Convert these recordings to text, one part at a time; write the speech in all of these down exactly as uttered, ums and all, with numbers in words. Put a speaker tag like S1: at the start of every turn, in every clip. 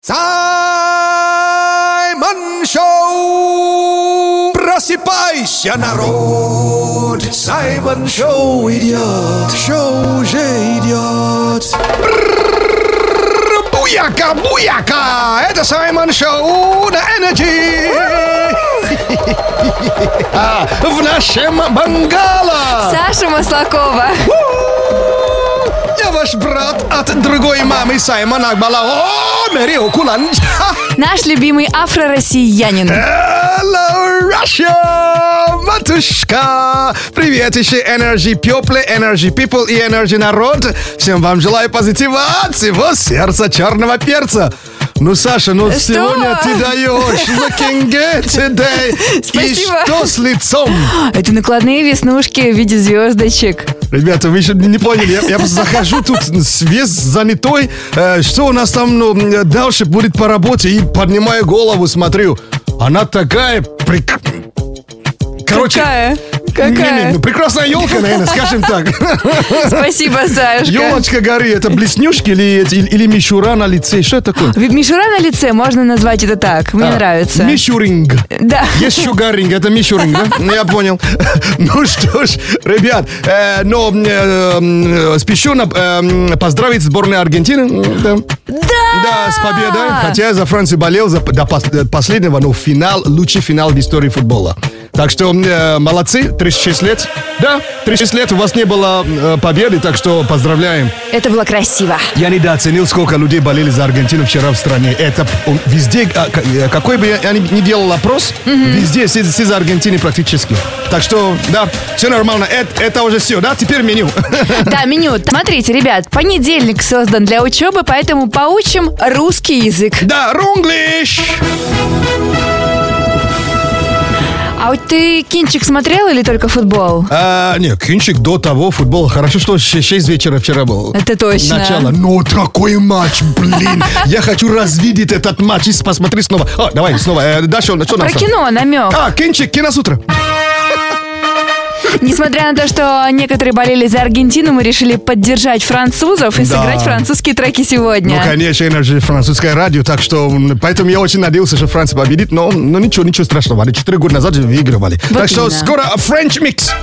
S1: Саймон Шоу! Просыпайся, народ! Саймон Шоу идет! Шоу уже идет! Буяка, буяка! Это Саймон Шоу на Energy! А в нашем бангало!
S2: Саша Маслакова!
S1: Я ваш брат от другой мамы Саймон Акбала. О, Мэрио Куланч.
S2: Наш любимый афро-россиянин.
S1: Hello, Russia, матушка. Привет еще Energy People, Energy People и Energy народ. Всем вам желаю позитива от всего сердца черного перца. Ну, Саша, ну
S2: Что?
S1: сегодня ты даешь looking good today.
S2: Спасибо.
S1: И что с лицом?
S2: Это накладные веснушки в виде звездочек.
S1: Ребята, вы еще не поняли, я, я просто захожу тут весь занятой, э, что у нас там ну, дальше будет по работе, и поднимаю голову, смотрю, она такая прик... Короче,
S2: Какая?
S1: не,
S2: Какая?
S1: не, ну, прекрасная елка, наверное, скажем так.
S2: Спасибо, Сашка.
S1: Елочка горы, это блеснюшки или, или, или мишура на лице, что это такое?
S2: Мишура на лице, можно назвать это так. Мне
S1: А,
S2: нравится.
S1: Мишуринг.
S2: Да.
S1: Есть шугаринг, это мишуринг, да? Ну, я понял. Ну что ж, ребят, э, но э, спешу на, э, поздравить сборную Аргентины. Да.
S2: Да!
S1: Да, с победой. Хотя я за Францию болел за, до пос- последнего, но финал, лучший финал в истории футбола. Так что э, молодцы, тридцать шесть лет. Да, тридцать шесть лет у вас не было э, победы, так что поздравляем.
S2: Это было красиво.
S1: Я недооценил, сколько людей болели за Аргентину вчера в стране. Это он, везде, а, к- э, какой бы я ни, ни делал опрос, везде все, все за Аргентины практически. Так что, да, все нормально. Это, это уже все, да? Теперь меню.
S2: Да, меню. Смотрите, ребят, понедельник создан для учебы, поэтому поучим русский язык.
S1: Да, рунглиш!
S2: А вот ты кинчик смотрел или только футбол?
S1: А, нет, кинчик до того футбола. Хорошо, что шесть вечера вчера был.
S2: Это точно.
S1: Начало. Но такой матч, блин. Я хочу развидеть этот матч и посмотреть снова. О, давай, снова. Э, Даша, что у нас
S2: Про
S1: там?
S2: кино, намек.
S1: А, кинчик, киносутра.
S2: Несмотря на то, что некоторые болели за Аргентину, мы решили поддержать французов и
S1: Да.
S2: сыграть французские треки сегодня.
S1: Ну, конечно, Energy французское радио, так что м, поэтому я очень надеялся, что Франция победит, но, но ничего, ничего страшного. Они четыре года назад же выигрывали.
S2: Вот
S1: так что
S2: именно.
S1: скоро French Mix.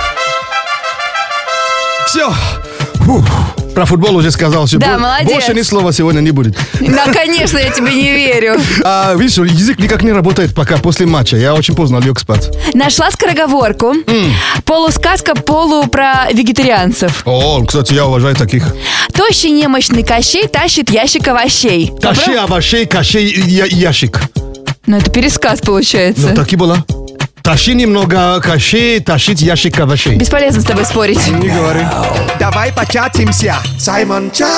S1: Все. Фух. Про футбол уже сказал. Все.
S2: Да,
S1: Бо-
S2: молодец.
S1: Больше ни слова сегодня не будет.
S2: Да, конечно, я тебе не верю.
S1: А, видишь, язык никак не работает пока после матча. Я очень поздно лег спать.
S2: Нашла скороговорку. Полусказка, полу про вегетарианцев.
S1: О, кстати, я уважаю таких.
S2: Тощий немощный Кощей тащит ящик овощей.
S1: Каши, овощей, кашей, я- ящик.
S2: Ну, это пересказ получается.
S1: Ну, так и было. Тащи немного кашей, тащить ящик овощей.
S2: Бесполезно с тобой спорить.
S1: Не говори.
S3: Давай початимся. Саймон Чат.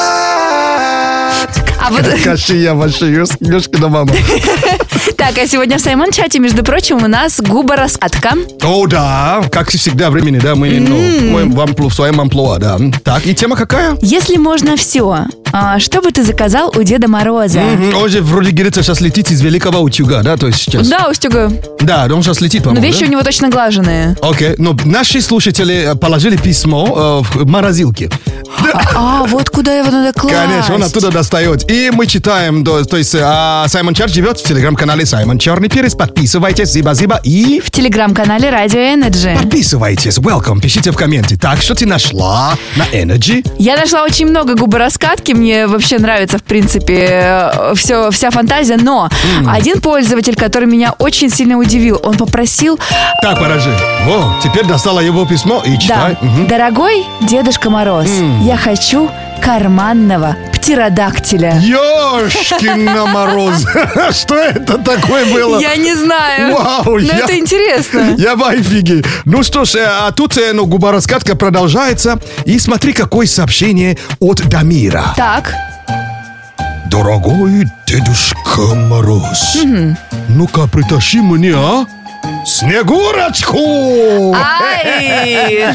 S2: А вот,
S1: Каши, овощей, ёшкина мама.
S2: так, а сегодня в Саймон-чате, между прочим, у нас губораскатка.
S1: О, да, как всегда времени, да, мы, ну, мы в, амплу, в своем амплуа, да. Так, и тема какая?
S2: Если можно все, а, что бы ты заказал у Деда Мороза?
S1: Мгм, Он же вроде говорится, сейчас летит из великого утюга, да, то есть сейчас.
S2: Да, Устюга.
S1: Да, он сейчас летит,
S2: Но
S1: по-моему,
S2: вещи
S1: да?
S2: у него точно глаженные.
S1: Окей, но наши слушатели положили письмо э, в морозилке.
S2: А, вот куда его надо класть.
S1: Конечно, он оттуда достает. И мы читаем, то, то есть а, Саймон Чар живет в телеграм-канале Саймон Черный Перец. Подписывайтесь, зиба-зиба, и
S2: В телеграм-канале Радио Energy.
S1: подписывайтесь. Welcome, пишите в комменте. Так, что ты нашла на Energy?
S2: Я нашла очень много губораскатки. Мне вообще нравится, в принципе, все, вся фантазия. Но один пользователь, который меня очень сильно удивил, он попросил...
S1: Так, подожди. Во, теперь достала его письмо и
S2: Да,
S1: читай. Мгм.
S2: дорогой Дедушка Мороз, я хочу карманного птеродактиля.
S1: Ёшкин мороз. Что это такое было?
S2: Я не знаю.
S1: Вау,
S2: Но
S1: я-
S2: это интересно.
S1: Я в офиге. Ну что ж, э, а тут э, ну, губораскатка продолжается. И смотри, какое сообщение от Дамира.
S2: Так,
S1: Дорогой Дедушка Мороз, ну-ка притащи мне, а? Снегурочку!
S2: ай!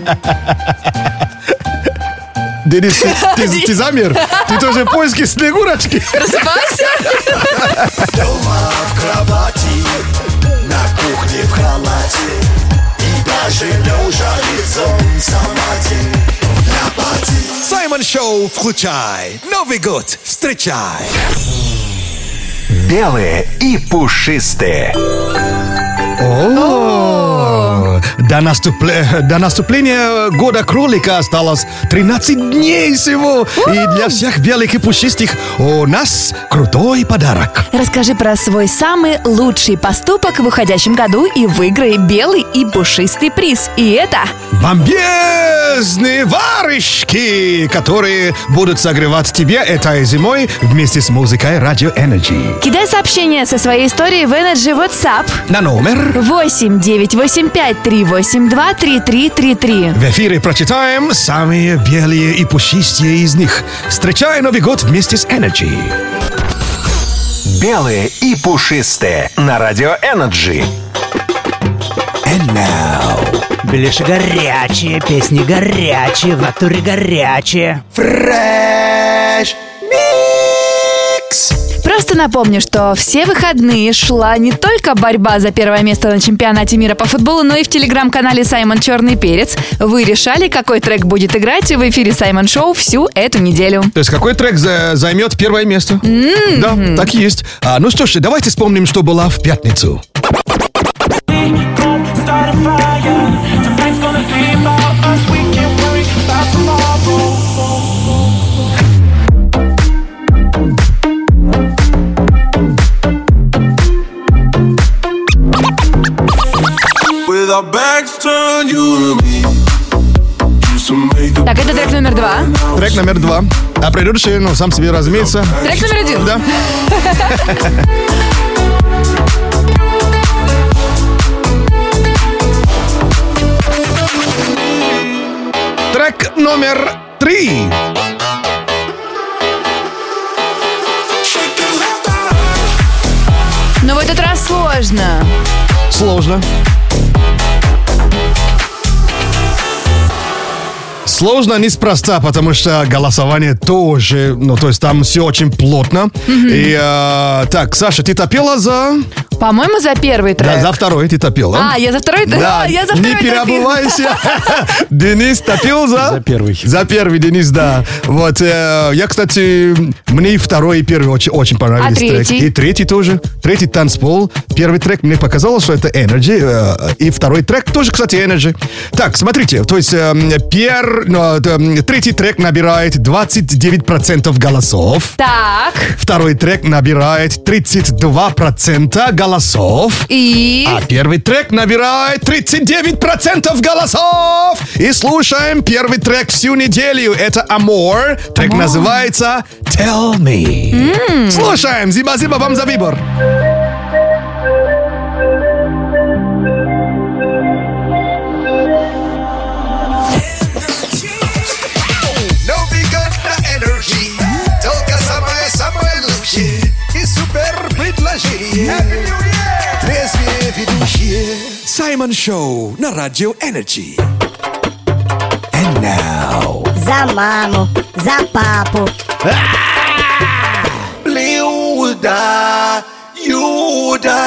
S1: Денис, ты, ты- ты замер? Ты тоже в поиске Снегурочки?
S2: Просыпайся.
S3: Дома в кровати, на кухне в халате. И даже лежа лицом сам один на пати. Саймон Шоу включай. Новый год встречай. Белые и пушистые.
S1: О, до, наступле- до наступления года кролика осталось тринадцать дней всего. И для всех белых и пушистых у нас крутой подарок.
S2: Расскажи про свой самый лучший поступок в уходящем году и выиграй белый и пушистый приз. И это...
S1: Бомбезные варежки, которые будут согревать тебя этой зимой вместе с музыкой Radio Energy.
S2: Кидай сообщение со своей историей в Energy WhatsApp
S1: На номер...
S2: восемь девять восемь пять три восемь два три три три три.
S1: В эфире прочитаем самые белые и пушистые из них. Встречай Новый год вместе с Energy.
S3: Белые и пушистые на Радио Energy. And now.
S4: Беляши горячие, песни горячие, в натуре горячие.
S3: Fresh Mix.
S2: Просто напомню, что все выходные шла не только борьба за первое место на чемпионате мира по футболу, но и в телеграм-канале «Саймон Черный Перец» вы решали, какой трек будет играть в эфире «Саймон Шоу» всю эту неделю.
S1: То есть какой трек за- займет первое место? Mm-hmm. Да, так и есть. А, ну что ж, давайте вспомним, что было в пятницу.
S2: Так, это трек номер два.
S1: Трек номер два. А предыдущий, ну, сам себе разумеется.
S2: Трек номер один.
S1: Да. Трек номер три.
S2: Но в этот раз сложно.
S1: Сложно. Сложно неспроста, потому что голосование тоже, ну, то есть там все очень плотно. Mm-hmm. И, э, так, Саша, ты топила за...
S2: По-моему, за первый трек.
S1: Да, за второй ты топила.
S2: А, я за второй?
S1: Да,
S2: А, я за второй
S1: не
S2: топила.
S1: переобувайся. Денис топил за...
S5: За первый.
S1: За первый, Денис, да. Вот, э, я, кстати, мне и второй, и первый очень, очень понравились.
S2: А третий?
S1: Трек. И третий тоже. Третий танцпол. Первый трек мне показалось, что это Energy. Э, и второй трек тоже, кстати, Energy. Так, смотрите, то есть э, пер, ну, э, третий трек набирает двадцать девять процентов голосов.
S2: Так.
S1: Второй трек набирает тридцать два процента голосов.
S2: И...
S1: А первый трек набирает тридцать девять процентов голосов. И слушаем первый трек всю неделю. Это Amor. Трек
S2: Amor.
S1: называется Tell Me. Mm. Слушаем. Зиба-зиба вам за выбор.
S3: Новый год на Energy. Только самое-самое лучшее. И супер предложение. Трезвее ведущие.
S1: Саймон Шоу на Радио Energy.
S3: And now.
S6: За маму, за папу.
S3: Блюда, Юда.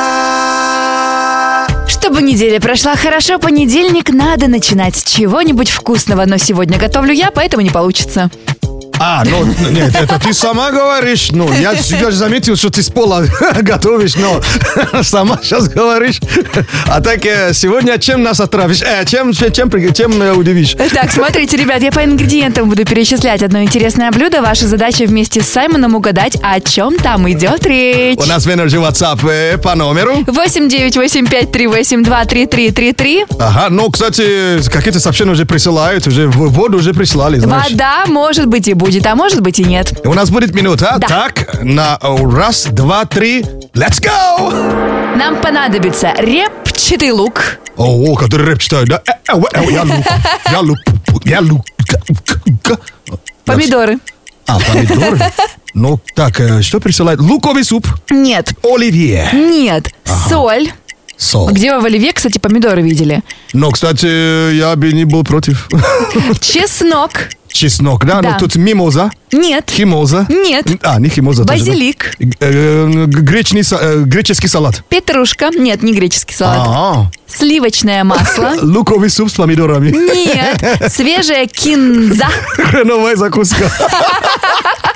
S2: Чтобы неделя прошла хорошо, понедельник надо начинать с чего-нибудь вкусного. Но сегодня готовлю я, поэтому не получится.
S1: А, ну, нет, это ты сама говоришь. Ну, я, я же заметил, что ты с пола готовишь, но сама сейчас говоришь. А так, э, сегодня чем нас отравишь? Э, чем, чем, чем, чем э, удивишь?
S2: Так, смотрите, ребят, я по ингредиентам буду перечислять одно интересное блюдо. Ваша задача вместе с Саймоном угадать, о чем там идет речь.
S1: У нас в Energy WhatsApp э, по номеру.
S2: восемь девять восемь пять три восемь два три три три три.
S1: Ага, ну, кстати, какие-то сообщения уже присылают, уже в воду уже прислали, знаешь.
S2: Вода, может быть, и будет, а может быть, и нет.
S1: У нас будет минута.
S2: Да.
S1: Так, на раз, два, три, let's go!
S2: Нам понадобится репчатый лук.
S1: О, который рэп читает, да? Э, э, э, Я лук, я лук, я лук.
S2: Помидоры.
S1: А, помидоры? Ну, так, э, что присылает? Луковый суп,
S2: Нет.
S1: оливье,
S2: Нет. Соль.
S1: соль.
S2: Где вы в оливье, кстати, помидоры видели?
S1: Но, кстати, я бы не был против.
S2: Чеснок.
S1: Чеснок, да?
S2: Да.
S1: Ну, тут мимоза,
S2: Нет.
S1: химоза.
S2: Нет.
S1: А, не химоза тоже, да?
S2: Базилик.
S1: Э, э, гречный са- э, греческий салат.
S2: Петрушка. Нет, не греческий салат.
S1: А,
S2: Сливочное масло.
S1: луковый суп с помидорами.
S2: Нет. Свежая кинза.
S1: Хреновая закуска.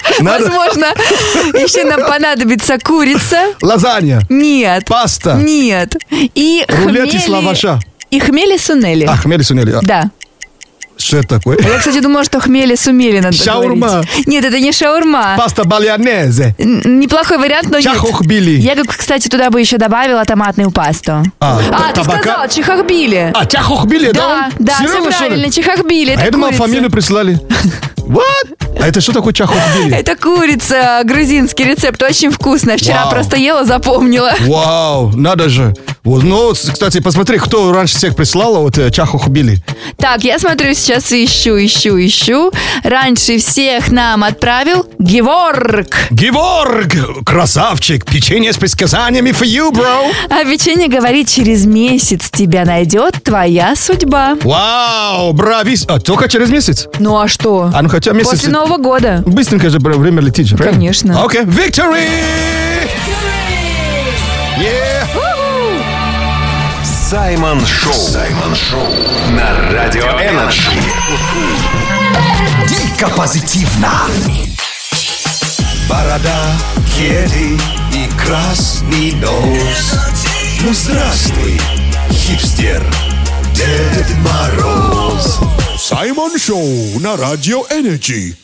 S1: Надо-
S2: Возможно, еще нам понадобится курица.
S1: Лазанья.
S2: Нет.
S1: Паста.
S2: Нет. И
S1: Рулет
S2: хмели-
S1: из лаваша.
S2: И хмели сунели.
S1: А, хмели сунели. А,
S2: Да.
S1: Что это такое?
S2: Я, кстати, думала, что хмели сумели надо
S1: Шаурма.
S2: говорить. Нет, это не шаурма.
S1: Паста балианезе.
S2: Н- Неплохой вариант, но нет.
S1: Чахохбили.
S2: Я, как, кстати, туда бы еще добавила томатную пасту.
S1: А,
S2: А, ты
S1: табака?
S2: сказал, чехахбили.
S1: А, чахохбили, да?
S2: Да,
S1: он?
S2: да, все
S1: Серьезно, что ли?
S2: правильно, чехахбили.
S1: А
S2: Это
S1: я думал,
S2: курица.
S1: фамилию прислали. What? А это что такое чахохбили?
S2: Это курица, грузинский рецепт, очень вкусная. Вчера
S1: Вау.
S2: просто ела, запомнила.
S1: Вау, надо же. Вот, ну, кстати, посмотри, кто раньше всех прислал, вот э, чахохбили.
S2: Так, я смотрю, сейчас ищу, ищу, ищу. Раньше всех нам отправил Геворг.
S1: Геворг, красавчик, печенье с предсказаниями for you, bro.
S2: А печенье говорит, через месяц тебя найдет твоя судьба.
S1: Вау, бравис. А, только через месяц?
S2: Ну а что?
S1: А ну хотя месяц...
S2: После Нового года.
S1: Быстренько же бра- время летит же, правильно?
S2: Конечно.
S1: Окей, victory! Yeah!
S3: Саймон Шоу. Саймон Шоу на Радио Энерджи. Дико позитивно. Борода, кеды и красный нос. Ну здравствуй, хипстер, Дед Мороз.
S5: Саймон Шоу на Радио Энерджи.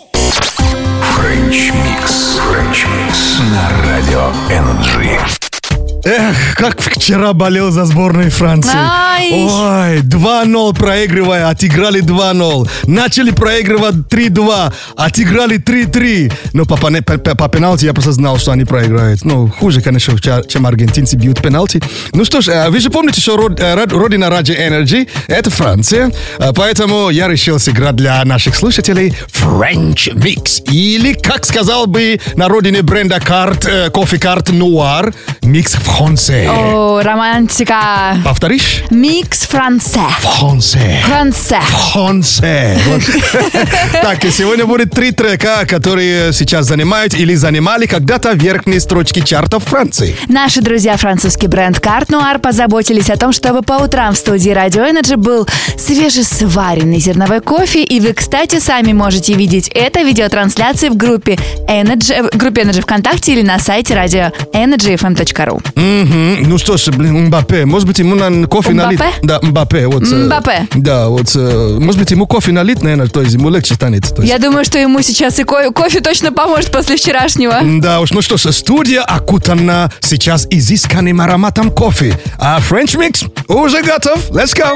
S3: Френч Микс. Френч Микс на Радио Энерджи.
S1: Эх, как вчера болел за сборную Франции.
S2: Ай.
S1: Ой, два ноль проигрывая, отыграли два ноль. Начали проигрывать три-два, отыграли три-три. Но по, пане- по, по- по пенальти я просто знал, что они проиграют. Ну, хуже, конечно, ча- чем аргентинцы бьют пенальти. Ну что ж, э, вы же помните, что род- э, род- родина Радио Энерджи — это Франция. Э, Поэтому я решил сыграть для наших слушателей French Mix. Или, как сказал бы на родине бренда карт, э, кофе-карт Нуар, микс францез.
S2: О, романтика.
S1: Повторишь?
S2: Микс франце.
S1: Францез.
S2: Франце.
S1: Францез. Вот. Так, и сегодня будет три трека, которые сейчас занимают или занимали когда-то верхние строчки чартов Франции.
S2: Наши друзья, французский бренд Карт Нуар, позаботились о том, чтобы по утрам в студии Радио Энерджи был свежесваренный зерновой кофе. И вы, кстати, сами можете видеть это в видеотрансляции в группе Energy, в группе Energy ВКонтакте или на сайте радио энерджи эф эм точка ру.
S1: Мгм. Ну что ж, блин, Мбаппе, может быть, ему на кофе
S2: Мбаппе?
S1: налить? Да, Мбаппе. Вот, э,
S2: Мбаппе.
S1: Да, вот, э, может быть, ему кофе налить, наверное, то есть ему легче станет. То есть.
S2: Я думаю, что ему сейчас и ко- кофе точно поможет после вчерашнего.
S1: Да уж, ну что ж, студия окутана сейчас изысканным ароматом кофе. А French Mix уже готов. Let's go.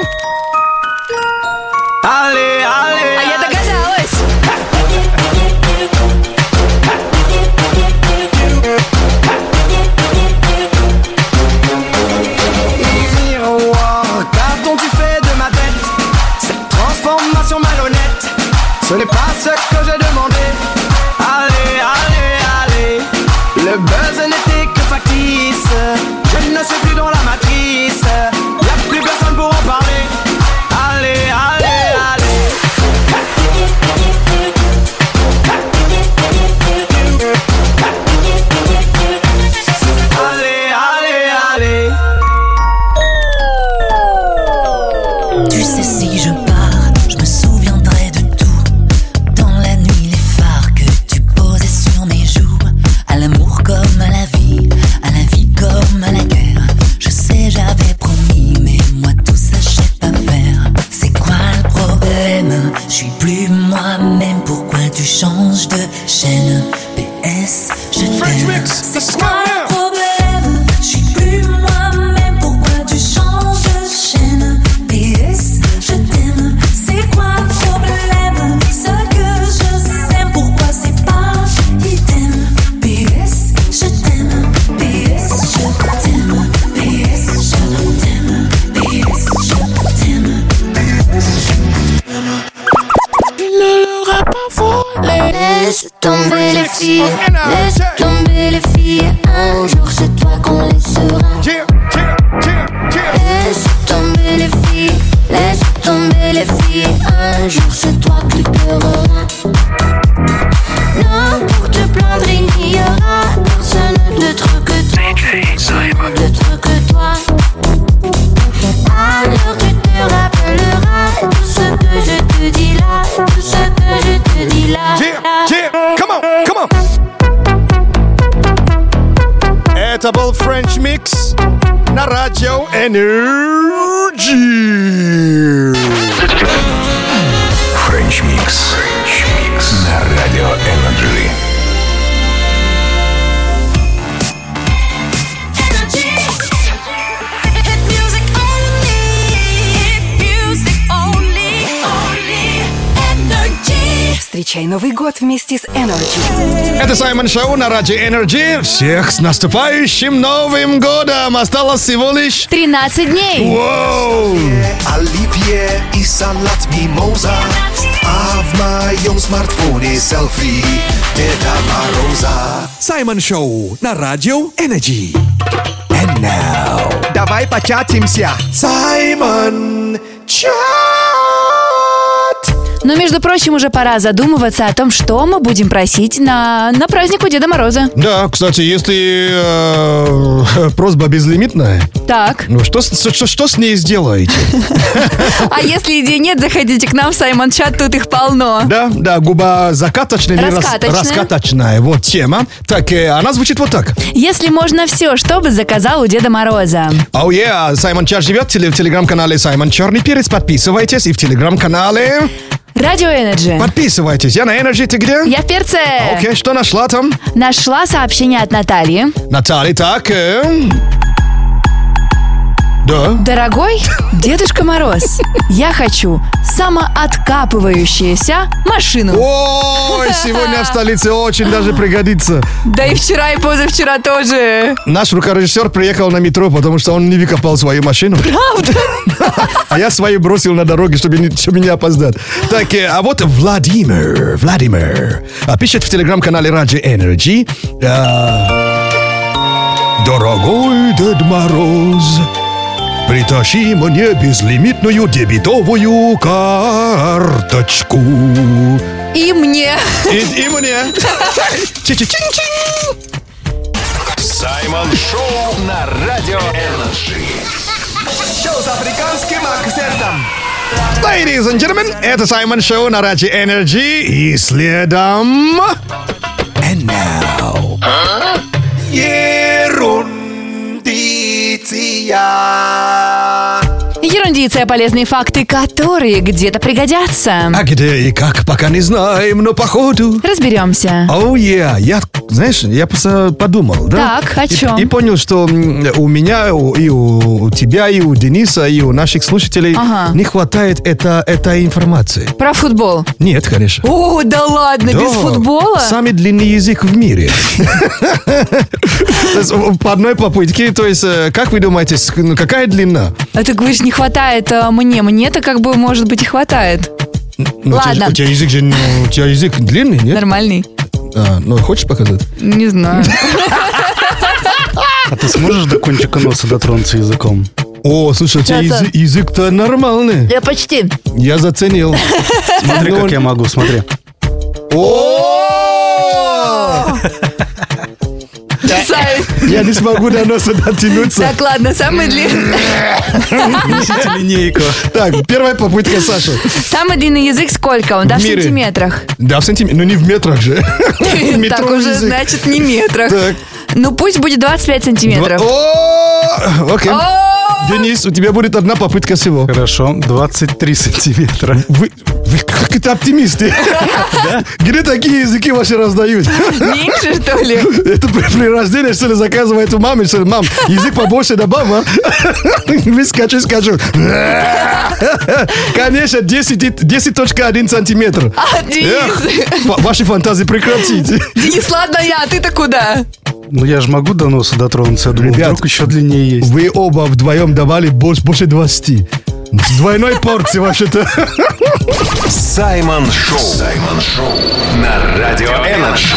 S2: А я догадалась.
S7: Miroir, qu'as-tu fait de ma tête? Cette transformation malhonnête, ce n'est pas ce que j'ai demandé. Allez, allez, allez, le buzz n'était que factice. Je ne suis plus dans la matrice, y'a plus personne pour en parler. Allez, allez, allez. Allez, allez, allez.
S8: Tu sais, si je pars, je me souviendrai de tout. Dans la nuit, les phares que tu posais sur mes joues. À l'amour comme à la vie, à la vie comme à la guerre. Je sais, j'avais promis, mais moi tout ça, je sais pas faire. C'est quoi le problème? Je suis plus moi-même, pourquoi tu changes de chaîne? P S, je t'aime. C'est quoi le problème? Je suis plus moi-même, pourquoi tu changes de chaîne? P S, je t'aime. C'est quoi le problème? Ce que je sais, pourquoi c'est pas idem? P S, je t'aime. P S, je t'aime. P S, je t'aime. P S, je t'aime.
S9: Laisse tomber les filles, laisse tomber les filles. Un jour c'est toi qu'on laissera. Laisse tomber les filles, laisse tomber les filles. Un jour c'est toi qui pleureras. Non, pour te plaindre il n'y aura personne d'autre que toi. D'autre que toi. Alors tu te rappelleras tout ce que je te dis là, tout ce que je te dis là.
S1: Yeah, yeah, come on. Это был French Mix на радио Energy.
S3: French Mix. French Mix на радио Energy.
S10: Встречай Новый год вместе с Energy.
S1: Это Саймон Шоу на радио Energy. Всех с наступающим Новым годом! Осталось всего лишь
S2: тринадцать дней.
S1: Воу!
S11: Оливье и салат мимоза, а в моем смартфоне селфи Деда Мороза.
S5: Саймон Шоу на радио Energy.
S11: And now,
S7: Давай початимся.
S11: Саймон Чат.
S2: Но, между прочим, уже пора задумываться о том, что мы будем просить на, на праздник у Деда Мороза.
S1: Да, кстати, если э, просьба безлимитная,
S2: Так.
S1: ну что, с- что, что с ней сделаете?
S2: А если идей нет, заходите к нам в Саймон Чат, тут их полно.
S1: Да, да, губа закаточная или рас-
S2: Раскаточная.
S1: раскаточная. Вот тема. Так, э, она звучит вот так.
S2: Если можно все, что бы заказал у Деда Мороза.
S1: Оу, yeah, Саймон Чат живет в теле- в телеграм-канале Саймон Черный Перец. Подписывайтесь. И в телеграм-канале
S2: Радио Energy.
S1: подписывайтесь. Я на Energy, ты где?
S2: Я в перце.
S1: Окей, что нашла там?
S2: Нашла сообщение от Натальи.
S1: Наталья, так. э, Да.
S2: Дорогой Дедушка Мороз, я хочу самооткапывающуюся машину.
S1: Ой, сегодня в столице очень даже пригодится.
S2: Да и вчера, и позавчера тоже.
S1: Наш рукорежиссер приехал на метро, потому что он не выкопал свою машину.
S2: Правда?
S1: А я свою бросил на дороге, чтобы не, чтобы не опоздать. Так, э, а вот Владимир, Владимир, а, пишет в телеграм-канале Radio Energy. а, Дорогой Дед Мороз, притащи мне безлимитную дебетовую карточку.
S2: И мне.
S1: И, и мне. Чи-чи-чин-чин.
S3: Саймон Шоу на радио Energy.
S7: Шоу с африканским акцентом.
S1: Ladies and gentlemen, это Саймон Шоу на радио Energy. И следом...
S11: And now, ерундиция.
S2: Ерундиция, полезные факты, которые где-то пригодятся.
S1: А где и как, пока не знаем, но походу...
S2: Разберемся.
S1: Оу, oh, yeah. Я, знаешь, я просто подумал, да?
S2: Так, о
S1: И-
S2: чем?
S1: И, понял, что м, у меня, у- и у тебя, и у Дениса, и у наших слушателей
S2: Ага.
S1: не хватает это, этой информации.
S2: Про футбол.
S1: Нет, конечно.
S2: О, да ладно, без
S1: Да.
S2: футбола?
S1: Самый длинный язык в мире. То есть по одной попытке, то есть, э, как вы думаете, с- ну, какая длина?
S2: А ты говоришь, не хватает а, мне. Мне-то как бы, может быть, и хватает.
S1: Ну, у тебя
S2: Ладно.
S1: же- У тебя язык же, ну, у тебя язык длинный, нет?
S2: Нормальный.
S1: А, ну, хочешь показать?
S2: Не знаю.
S12: А ты сможешь до кончика носа дотронуться языком?
S1: О, слушай, у тебя
S2: Да-да.
S1: язы- язык-то нормальный.
S2: Я почти.
S1: Я заценил.
S12: Смотри,
S1: Ну,
S12: как я могу, смотри.
S1: О!
S2: Сай.
S1: Я не смогу до носа дотянуться.
S2: Так, ладно, самый длинный,
S12: Несите линейку.
S1: Так, первая попытка, Саша.
S2: самый длинный язык сколько он? Да, в
S1: В мире.
S2: сантиметрах.
S1: Да, в сантиметрах, но не в метрах же.
S2: Так
S1: Метровый
S2: уже,
S1: язык.
S2: значит, не метрах.
S1: Так.
S2: Ну, пусть будет двадцать пять сантиметров.
S1: О, окей.
S2: О!
S1: Денис, у тебя будет одна попытка всего.
S12: Хорошо, двадцать три сантиметра.
S1: Вы, вы как это оптимисты? Где такие языки вообще раздают?
S2: Меньше, что ли?
S1: Это при, при рождении, что ли, заказывает у мамы, что ли, мам, язык побольше добавь, а? Выскочу, скажу. Конечно, десять целых один сантиметр.
S2: А, Денис.
S1: Эх, ва- ваши фантазии прекратите.
S2: Денис, ладно я, а ты-то куда?
S12: Ну я же могу до носа дотронуться, я думал,
S1: Ребят,
S12: вдруг еще длиннее есть.
S1: Вы оба вдвоем давали больше, больше двадцати. С двойной порции вообще-то.
S3: Саймон Шоу. Саймон Шоу на радио Energy.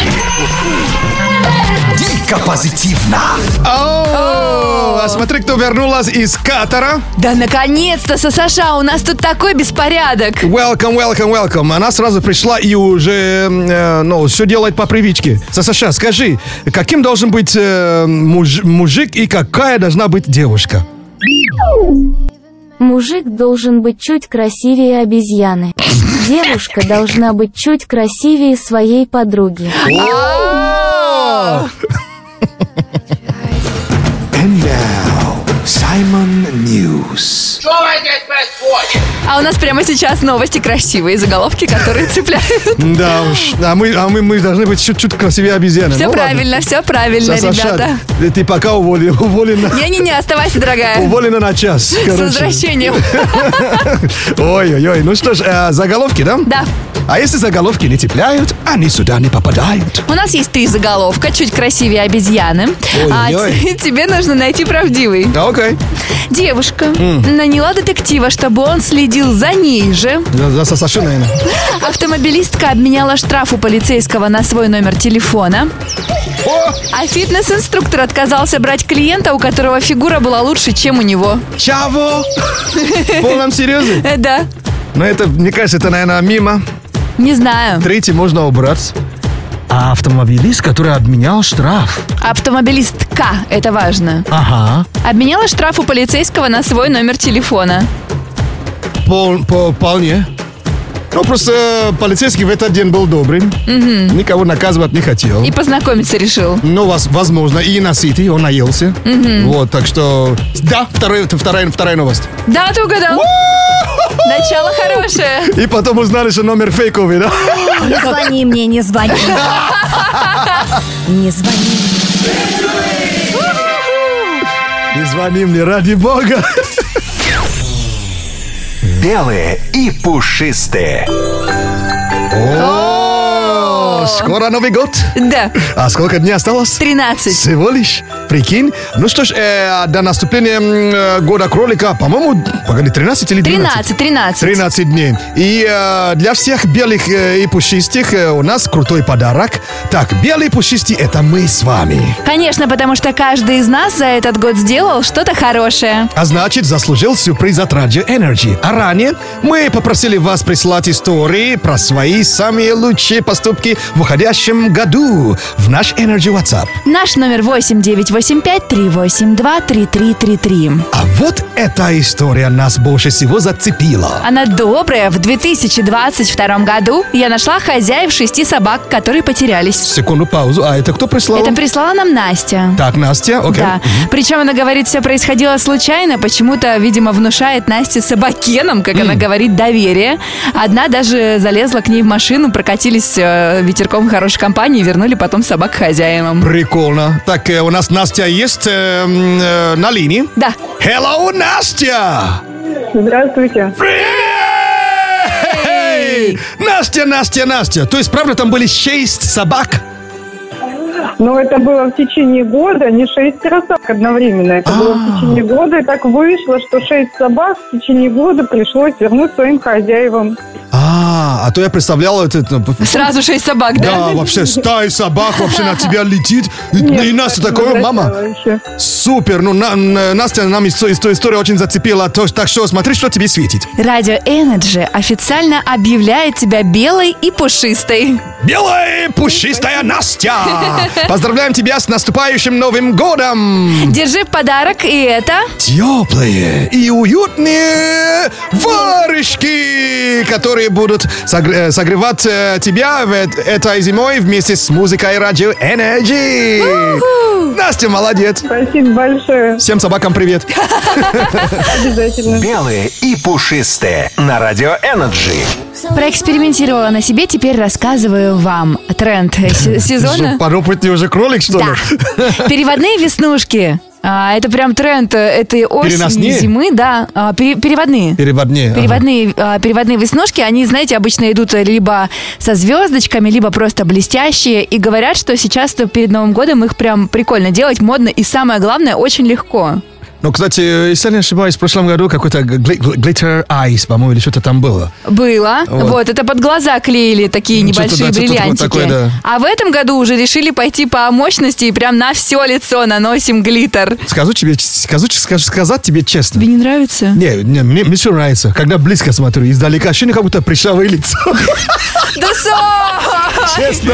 S11: Дико позитивно.
S1: Оу, а смотри, кто вернулась из Катара.
S2: Да наконец-то, СССР, у нас тут такой беспорядок.
S1: Welcome, welcome, welcome. Она сразу пришла и уже, э, ну, все делает по привычке. Саша, скажи, каким должен быть э, муж- мужик и какая должна быть девушка?
S13: Мужик должен быть чуть красивее обезьяны. Девушка должна быть чуть красивее своей подруги.
S11: Саймон Ньюс.
S14: Что здесь происходит?
S2: А у нас прямо сейчас новости красивые, заголовки, которые цепляют.
S1: Да уж. А мы, а мы, мы должны быть чуть-чуть красивее обезьяны.
S2: Все
S1: Ну,
S2: правильно,
S1: ладно.
S2: все правильно,
S1: Саша,
S2: ребята.
S1: Ты пока уволена. уволена.
S2: Не-не-не, оставайся, дорогая.
S1: Уволена на час.
S2: С
S1: короче.
S2: возвращением.
S1: Ой-ой-ой. Ну что ж, э, заголовки, да?
S2: Да.
S1: А если заголовки не цепляют, они сюда не попадают.
S2: У нас есть три заголовка, чуть красивее обезьяны. А
S1: Ой-ой-ой.
S2: т- тебе нужно найти правдивый.
S1: Да, окей.
S2: Девушка
S1: М.
S2: наняла детектива, чтобы он следил за ней же.
S1: За, за Сашу, наверное.
S2: Автомобилистка обменяла штраф у полицейского на свой номер телефона. А фитнес-инструктор отказался брать клиента, у которого фигура была лучше, чем у него.
S1: Чего? В полном серьезе?
S2: Э, Да.
S1: Ну, это, мне кажется, это, наверное, мимо.
S2: Не знаю.
S1: Третий можно убрать. А автомобилист, который обменял штраф.
S2: Автомобилистка, это важно.
S1: Ага.
S2: Обменяла штраф у полицейского на свой номер телефона.
S1: Пол, по, вполне. Ну, просто полицейский в этот день был добрый.
S2: Мгм.
S1: Никого наказывать не хотел.
S2: И познакомиться решил.
S1: Ну, вас, возможно, и насытый, он наелся.
S2: Мгм.
S1: Вот, так что... Да, вторая, вторая, вторая новость.
S2: Да, ты угадал. Начало хорошее.
S1: И потом узнали, что номер фейковый, да?
S6: Не звони мне, не звони. Не звони.
S1: Не звони мне, ради бога.
S11: Белые и пушистые.
S1: О, скоро Новый год.
S2: Да.
S1: А сколько дней осталось?
S2: тринадцать.
S1: Всего лишь. Прикинь. Ну что ж, э, до наступления м, года кролика, по-моему, погоди, тринадцать или двенадцать?
S2: тринадцать, тринадцать.
S1: тринадцать дней. И э, для всех белых э, и пушистых э, у нас крутой подарок. Так, белые и пушистые — это мы с вами.
S2: Конечно, потому что каждый из нас за этот год сделал что-то хорошее.
S1: А значит, заслужил сюрприз от Radio Energy. А ранее мы попросили вас прислать истории про свои самые лучшие поступки в уходящем году в наш Energy WhatsApp.
S2: Наш номер восемь девять восемь пять три восемь два три три три три.
S1: А вот эта история нас больше всего зацепила.
S2: Она добрая. В две тысячи двадцать втором году я нашла хозяев шести собак, которые потерялись.
S1: Секунду, паузу. А это кто прислал?
S2: Это прислала нам Настя.
S1: Так, Настя, окей.
S2: Да. Причем она говорит, все происходило случайно. Почему-то, видимо, внушает Насте собакенам, как она говорит, доверие. Одна даже залезла к ней в машину, прокатились э, ветерком хорошей компании и вернули потом собак хозяевам.
S1: Прикольно. Так, э, у нас Настя есть э, э, на линии?
S2: Да.
S1: Hello, Настя!
S15: Здравствуйте.
S1: Эй! Настя, Настя, Настя. То есть, правда, там были шесть собак?
S15: Ну, это было в течение года, не шесть собак одновременно. Это было в течение года, и так вышло, что шесть собак в течение года пришлось вернуть своим хозяевам.
S1: А, а то я представлял это... ну,
S2: Сразу шесть собак, да?
S1: Да, вообще стая собак вообще на тебя летит. И,
S15: Нет,
S1: и Настя
S15: так
S1: такое,
S15: не
S1: мама,
S15: возвращала еще.
S1: супер. Ну, на- на- Настя нам из из той истории очень зацепила. То- Так что смотри, что тебе светит.
S2: Радио Energy официально объявляет тебя белой и пушистой.
S1: Белая пушистая Настя! Поздравляем тебя с наступающим Новым годом!
S2: Держи подарок, и это...
S1: Теплые и уютные варежки, которые будут согр- согревать э, тебя в эт- этой зимой вместе с музыкой Радио Energy. Настя, молодец.
S15: Спасибо большое.
S1: Всем собакам привет.
S15: Обязательно.
S11: Белые и пушистые на Радио Energy.
S2: Проэкспериментировала на себе, теперь рассказываю вам тренд се- сезона.
S1: Подопытный уже кролик, что ли?
S2: Переводные веснушки. А, это прям тренд э, этой осени,
S1: Переносные?
S2: зимы, да. А, пере- переводные.
S1: Переводные. ага.
S2: Переводные, а, переводные веснушки, они, знаете, обычно идут либо со звездочками, либо просто блестящие. И говорят, что сейчас перед Новым годом их прям прикольно делать, модно и, самое главное, очень легко.
S1: Ну, кстати, если я не ошибаюсь, в прошлом году какой-то гли- гли- glitter eyes, по-моему, или что-то там было.
S2: Было.
S1: Вот.
S2: Вот. это под глаза клеили такие
S1: Ну, что-то,
S2: небольшие
S1: да, что-то вот
S2: бриллиантики.
S1: такое, да.
S2: А в этом году уже решили пойти по мощности и прям на все лицо наносим глиттер.
S1: Скажу тебе, скажу, скажу, сказать тебе честно.
S2: Тебе не нравится?
S1: Не, не мне, мне все нравится. Когда близко смотрю, издалека ощущение, как будто пришавое лицо.
S2: Да
S1: Честно.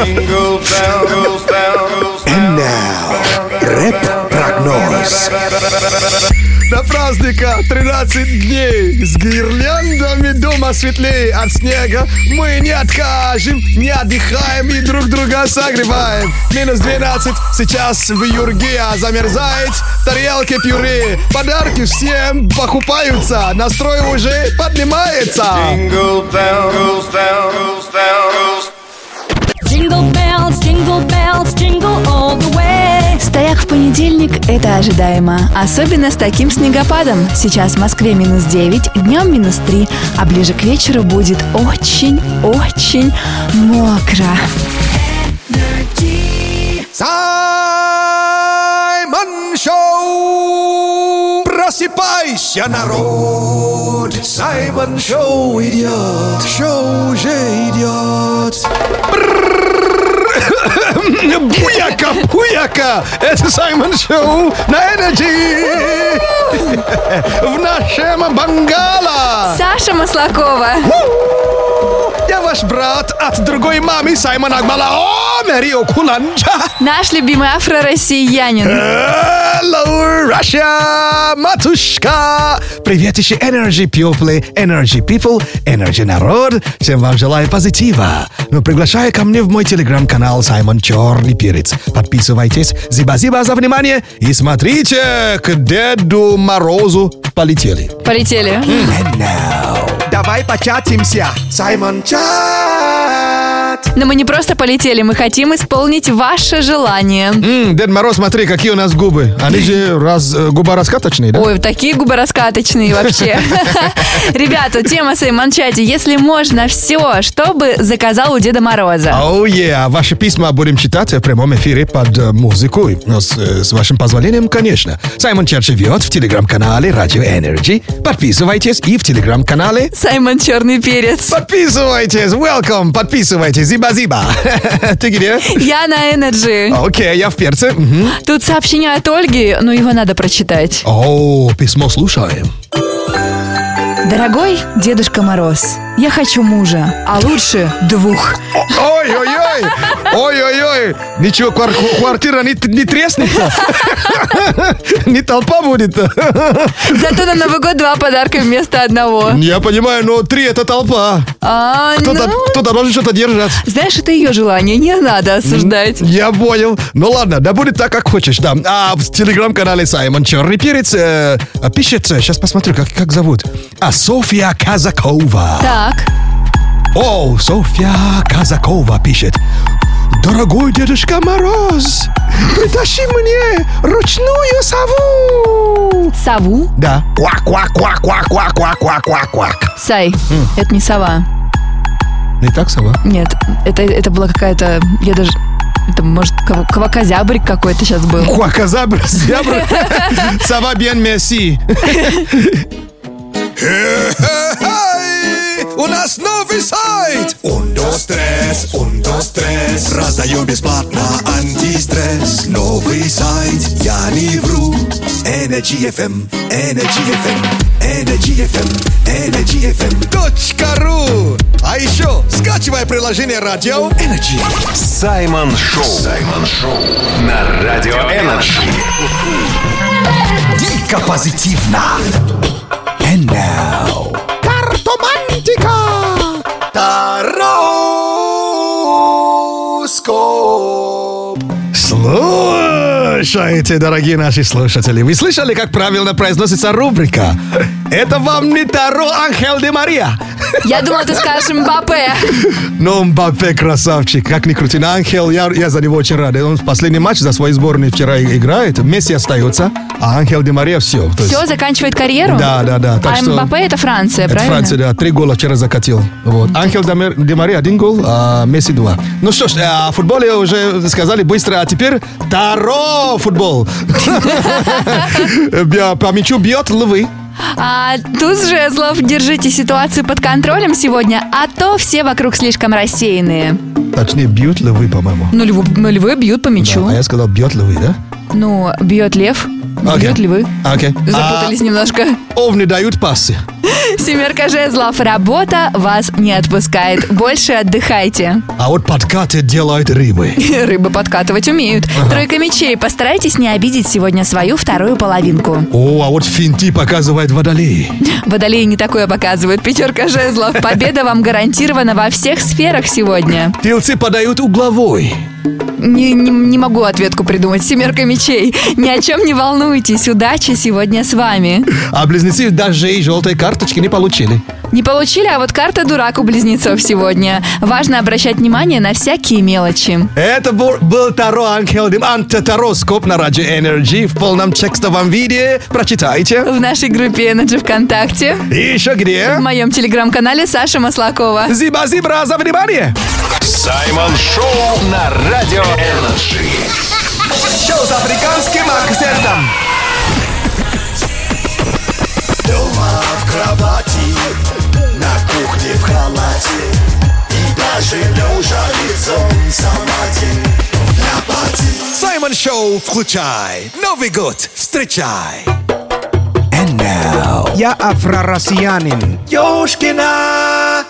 S11: And now, рэп-прогноз.
S1: До праздника тринадцать дней. С гирляндами дома светлее от снега. Мы не откажем, не отдыхаем и друг друга согреваем. Минус двенадцать сейчас в Юрге замерзает. Тарелки пюре. Подарки всем покупаются. Настрой уже поднимается.
S7: Jingle bells, bells, bells.
S13: Jingle bells, jingle bells, jingle all the way.
S2: Стояк в понедельник – это ожидаемо. Особенно с таким снегопадом. Сейчас в Москве минус девять, днем минус три. А ближе к вечеру будет очень-очень мокро.
S1: Саймон Шоу! Просыпайся, народ! Саймон Шоу идет! Шоу уже идет! Буяка, буяка! Это Саймон Шоу на Energy! В нашем бангало!
S2: Саша Маслакова!
S1: Я ваш брат от другой мамы Саймона Акбала. Марио Куланджа.
S2: Наш любимый афро-россиянин.
S1: Hello, Russia, матушка. Привет еще Energy People, Energy People, Energy народ. Всем вам желаю позитива. Ну, приглашаю ко мне в мой телеграм-канал Саймон Черный Перец. Подписывайтесь. Зиба-зиба за внимание. И смотрите, к Деду Морозу полетели.
S2: Полетели.
S1: And now. Давай початимся. Саймон Чат.
S2: Но мы не просто полетели, мы хотим исполнить ваше желание.
S1: М, Дед Мороз, смотри, какие у нас губы. Они же раз, э, губораскаточные, да?
S2: Ой, такие губы раскаточные вообще. Ребята, тема Саймон Чате. Если можно, все, что бы заказал у Деда Мороза.
S1: Оу, oh, yeah. Ваши письма будем читать в прямом эфире под э, музыку. Но с, э, с вашим позволением, конечно. Саймон Чат живет в телеграм-канале Radio Energy. Подписывайтесь и в телеграм-канале
S2: Саймон Черный Перец.
S1: Подписывайтесь, welcome, подписывайтесь, зиба-зиба. Ты где?
S2: Я на Energy.
S1: Окей, okay, я в перце. Угу.
S2: Тут сообщение от Ольги, но его надо прочитать.
S1: О, письмо слушаем.
S2: Дорогой Дедушка Мороз, я хочу мужа, а лучше двух.
S1: Ой-ой-ой, ой-ой-ой, ничего, квар- квартира не, не треснется, не толпа будет.
S2: Зато на Новый год два подарка вместо одного.
S1: Я понимаю, но три это толпа.
S2: А,
S1: кто-то,
S2: ну...
S1: кто-то должен что-то держать.
S2: Знаешь, это ее желание, не надо осуждать.
S1: Я понял. Ну ладно, да будет так, как хочешь, да. А в телеграм-канале Саймон Черный Перец э, пишет, сейчас посмотрю, как, как зовут. А, Софья Казакова.
S2: Так.
S1: О, Софья Казакова пишет. Дорогой Дедушка Мороз, притащи мне ручную сову.
S2: Сову?
S1: Да. Квак-квак-квак-квак-квак-квак-квак-квак.
S2: Сай, mm. это не сова.
S1: Не так сова?
S2: Нет, это, это была какая-то... Я даже... Это, может, квакозябрик какой-то сейчас был.
S1: Квакозябр, зябр. Сова bien merci. У нас новый сайт!
S5: Ундостресс, Ундостресс. Раздаю бесплатно антистресс. Новый сайт, я не вру. Energy эф эм, Energy эф эм, Energy эф эм, Energy эф эм
S1: точка ру. А еще скачивай приложение радио Energy.
S11: Саймон Шоу. Саймон Шоу на радио Energy.
S1: Дико позитивно.
S5: And now.
S1: Картомантика. Тароскоп. Слушайте, дорогие наши слушатели, вы слышали, как правильно произносится рубрика? Это вам не Таро Анхел де Мария.
S2: Я думала, ты скажешь Мбаппе.
S1: Ну, Мбаппе красавчик, как ни крути. Анхел, я, я за него очень рад. Он в последний матч за свой сборную вчера играет. Месси остается, а Анхел де Мария все.
S2: Все, есть... заканчивает карьеру?
S1: Да, да, да.
S2: Так а что... Мбаппе это Франция,
S1: это
S2: правильно?
S1: Франция, да. Три гола вчера закатил. Вот. Анхел де Мария один гол, а Месси два. Ну что ж, о футболе уже сказали быстро, а теперь Таро футбол. По мячу бьет львы.
S2: А, туз жезлов, держите ситуацию под контролем сегодня, а то все вокруг слишком рассеянные.
S1: Точнее, бьют львы, по-моему.
S2: Ну, львы, львы бьют по мячу.
S1: Да, а я сказал, бьет львы, да?
S2: Ну, бьет лев,
S1: okay.
S2: бьют львы.
S1: Okay.
S2: Запутались а, немножко.
S1: Овны дают пасы.
S2: Семерка жезлов. Работа вас не отпускает. Больше отдыхайте.
S1: А вот подкаты делают рыбы.
S2: Рыбы подкатывать умеют.
S1: Ага.
S2: Тройка мечей. Постарайтесь не обидеть сегодня свою вторую половинку.
S1: О, а вот финты показывает водолей.
S2: Водолей не такое показывают. Пятерка жезлов. Победа вам гарантирована во всех сферах сегодня.
S1: Тельцы подают угловой.
S2: Не, не, не могу ответку придумать. Семерка мечей. Ни о чем не волнуйтесь. Удачи сегодня с вами.
S1: А близнецы даже и желтой карточки не получили.
S2: Не получили, а вот карта дурак у близнецов сегодня. Важно обращать внимание на всякие мелочи.
S1: Это был, был Таро Ангел, антитароскоп на Радио Energy в полном текстовом виде. Прочитайте.
S2: В нашей группе Energy ВКонтакте.
S1: И еще где?
S2: В моем телеграм-канале Саша Маслакова.
S1: Зиба-зибра за внимание.
S11: Саймон Шоу на Радио Energy.
S7: Шоу с африканским акцентом.
S5: Дома в кровати, на кухне в халате, и даже лежа лицом самоте.
S7: Саймон Шоу, включай. Новый год встречай. And now, я афро-россиянин. Ёшкина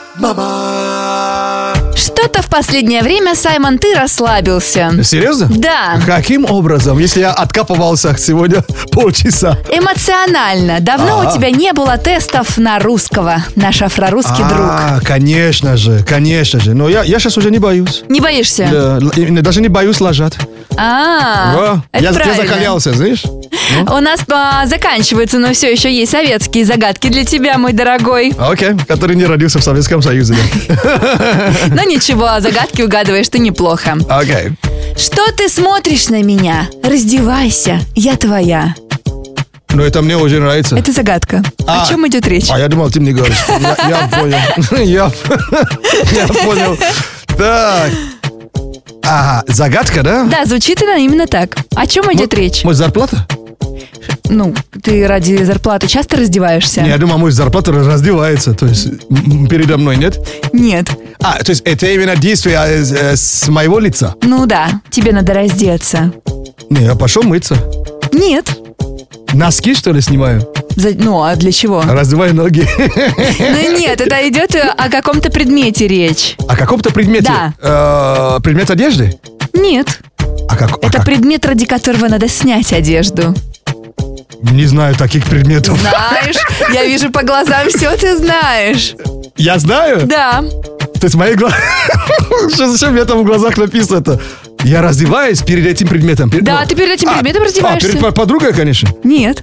S7: мама.
S2: Что-то в последнее время, Саймон, ты расслабился.
S1: Серьезно?
S2: Да.
S1: Каким образом, если я откапывался сегодня полчаса?
S2: Эмоционально. Давно
S1: А-а.
S2: у тебя не было тестов на русского. Наш афро-русский друг.
S1: А, конечно же, конечно же. Но я, я сейчас уже не боюсь.
S2: Не боишься?
S1: Да, и даже не боюсь ложать.
S2: А,
S1: Во,
S2: это
S1: я, я
S2: правильно.
S1: закалялся, знаешь?
S2: У нас а, заканчивается, но все еще есть советские загадки для тебя, мой дорогой.
S1: Окей, который не родился в Советском Союзе. Да.
S2: Но ничего, загадки угадываешь ты неплохо.
S1: Окей.
S2: Что ты смотришь на меня? Раздевайся, я твоя.
S1: Ну, это мне уже нравится.
S2: Это загадка.
S1: А,
S2: О чем идет речь?
S1: А я думал, ты мне говоришь. Я, я понял. Я, я понял. Так. Ага, загадка, да?
S2: Да, звучит она именно так. О чем идет речь?
S1: Может, зарплата?
S2: Ну, ты ради зарплаты часто раздеваешься?
S1: Не, я думаю, мой зарплата раздевается. То есть м, передо мной, нет?
S2: Нет.
S1: А, то есть это именно действие э, с моего лица?
S2: Ну да, тебе надо раздеться.
S1: Не, я пошел мыться.
S2: Нет.
S1: Носки, что ли, снимаю?
S2: За- Ну, а для чего?
S1: Раздеваю ноги.
S2: Ну нет, это идет о каком-то предмете речь.
S1: О каком-то предмете?
S2: Да.
S1: Э, предмет одежды?
S2: Нет.
S1: А как? а
S2: Это
S1: как?
S2: предмет, ради которого надо снять одежду.
S1: Не знаю таких предметов.
S2: Знаешь, я вижу по глазам, все ты знаешь.
S1: Я знаю?
S2: Да.
S1: То есть мои глаза... Зачем мне там в глазах написано-то? Я раздеваюсь перед этим предметом. Перед-
S2: Да,
S1: ну,
S2: ты перед этим
S1: а,
S2: предметом раздеваешься.
S1: А, перед по- подругой, конечно.
S2: Нет.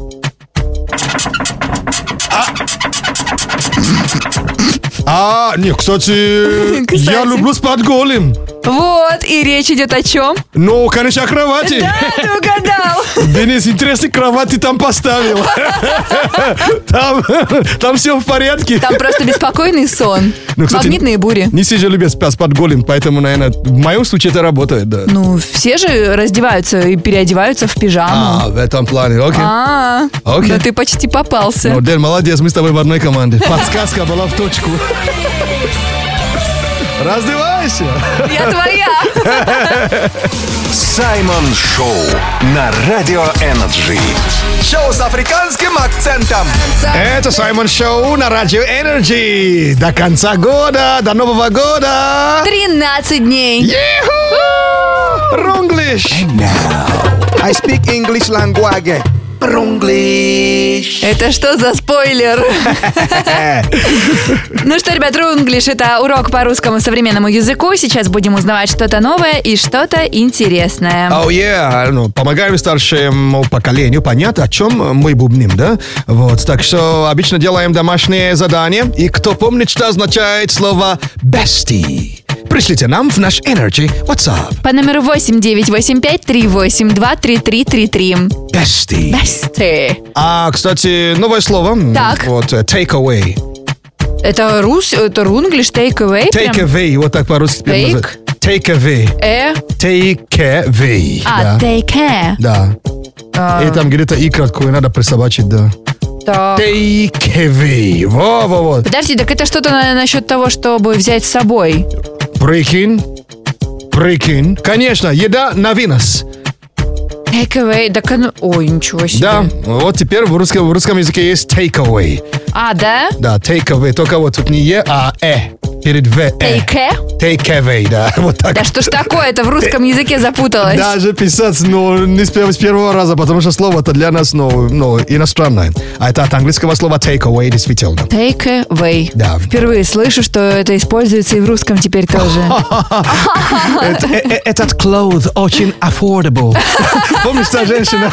S1: А, не, кстати,
S2: Кстати.
S1: я люблю спать голым.
S2: Вот, и речь идет о чем?
S1: Ну, конечно, о кровати.
S2: Да, ты угадал.
S1: Денис, интересный кровать ты там поставил. Там, там все в порядке.
S2: Там просто беспокойный сон.
S1: Ну, кстати,
S2: Магнитные бури.
S1: Не все же любят спать под голым, поэтому, наверное, в моем случае это работает, да.
S2: Ну, все же раздеваются и переодеваются в пижаму.
S1: А, в этом плане, окей.
S2: А,
S1: Окей.
S2: да ты почти попался.
S1: Ну, Дэн, молодец, мы с тобой в одной команде. Подсказка была в точку. Раздевайся.
S2: Я твоя.
S11: Саймон Шоу на Радио Energy.
S7: Шоу с африканским акцентом.
S1: Это Саймон Шоу на Радио Energy. До конца года, до Нового года.
S2: тринадцать дней.
S1: Рунглиш.
S7: I speak English language. Рунглиш.
S2: Это что за спойлер? Ну что, ребят, рунглиш — это урок по русскому современному языку. Сейчас будем узнавать что-то новое и что-то интересное.
S1: Oh yeah, ну, помогаем старшему поколению понять, о чем мы бубним, да? Вот, так что обычно делаем домашнее задание. И кто помнит, что означает слово bestie? Пришлите нам в наш Energy WhatsApp.
S2: По номеру восемь девять восемь пять три восемь два три три три три.
S1: Bestie.
S2: Bestie.
S1: А, кстати, новое слово.
S2: Так.
S1: Вот, э, take away.
S2: Это рус, это рунглиш, take away.
S1: Take
S2: прям?
S1: away, вот так по-русски теперь
S2: Take?
S1: называют. Take away.
S2: Э?
S1: Take away.
S2: А,
S1: да.
S2: take care.
S1: Да.
S2: А,
S1: И там где-то и краткую надо присобачить, да.
S2: так.
S1: Take away. Во-во-во.
S2: Подожди, так это что-то на- насчет того, чтобы взять с собой.
S1: Прикинь. Прикинь. Конечно, еда на вынос.
S2: Take away, так оно... Ой, ничего себе.
S1: Да, вот теперь в русском, в русском языке есть take away.
S2: А, да?
S1: Да, take away. Только вот тут не е, а э. Перед в. Э.
S2: Take?
S1: Take away, да. Вот так.
S2: Да что ж такое-то, в русском языке запуталась.
S1: Даже писать, ну, не с с первого раза, потому что слово-то для нас, ну, ну, иностранное. А это от английского слова take away, действительно.
S2: Take away.
S1: Да.
S2: Впервые слышу, что это используется и в русском теперь тоже.
S1: Этот clothes очень affordable. Помнишь, та женщина?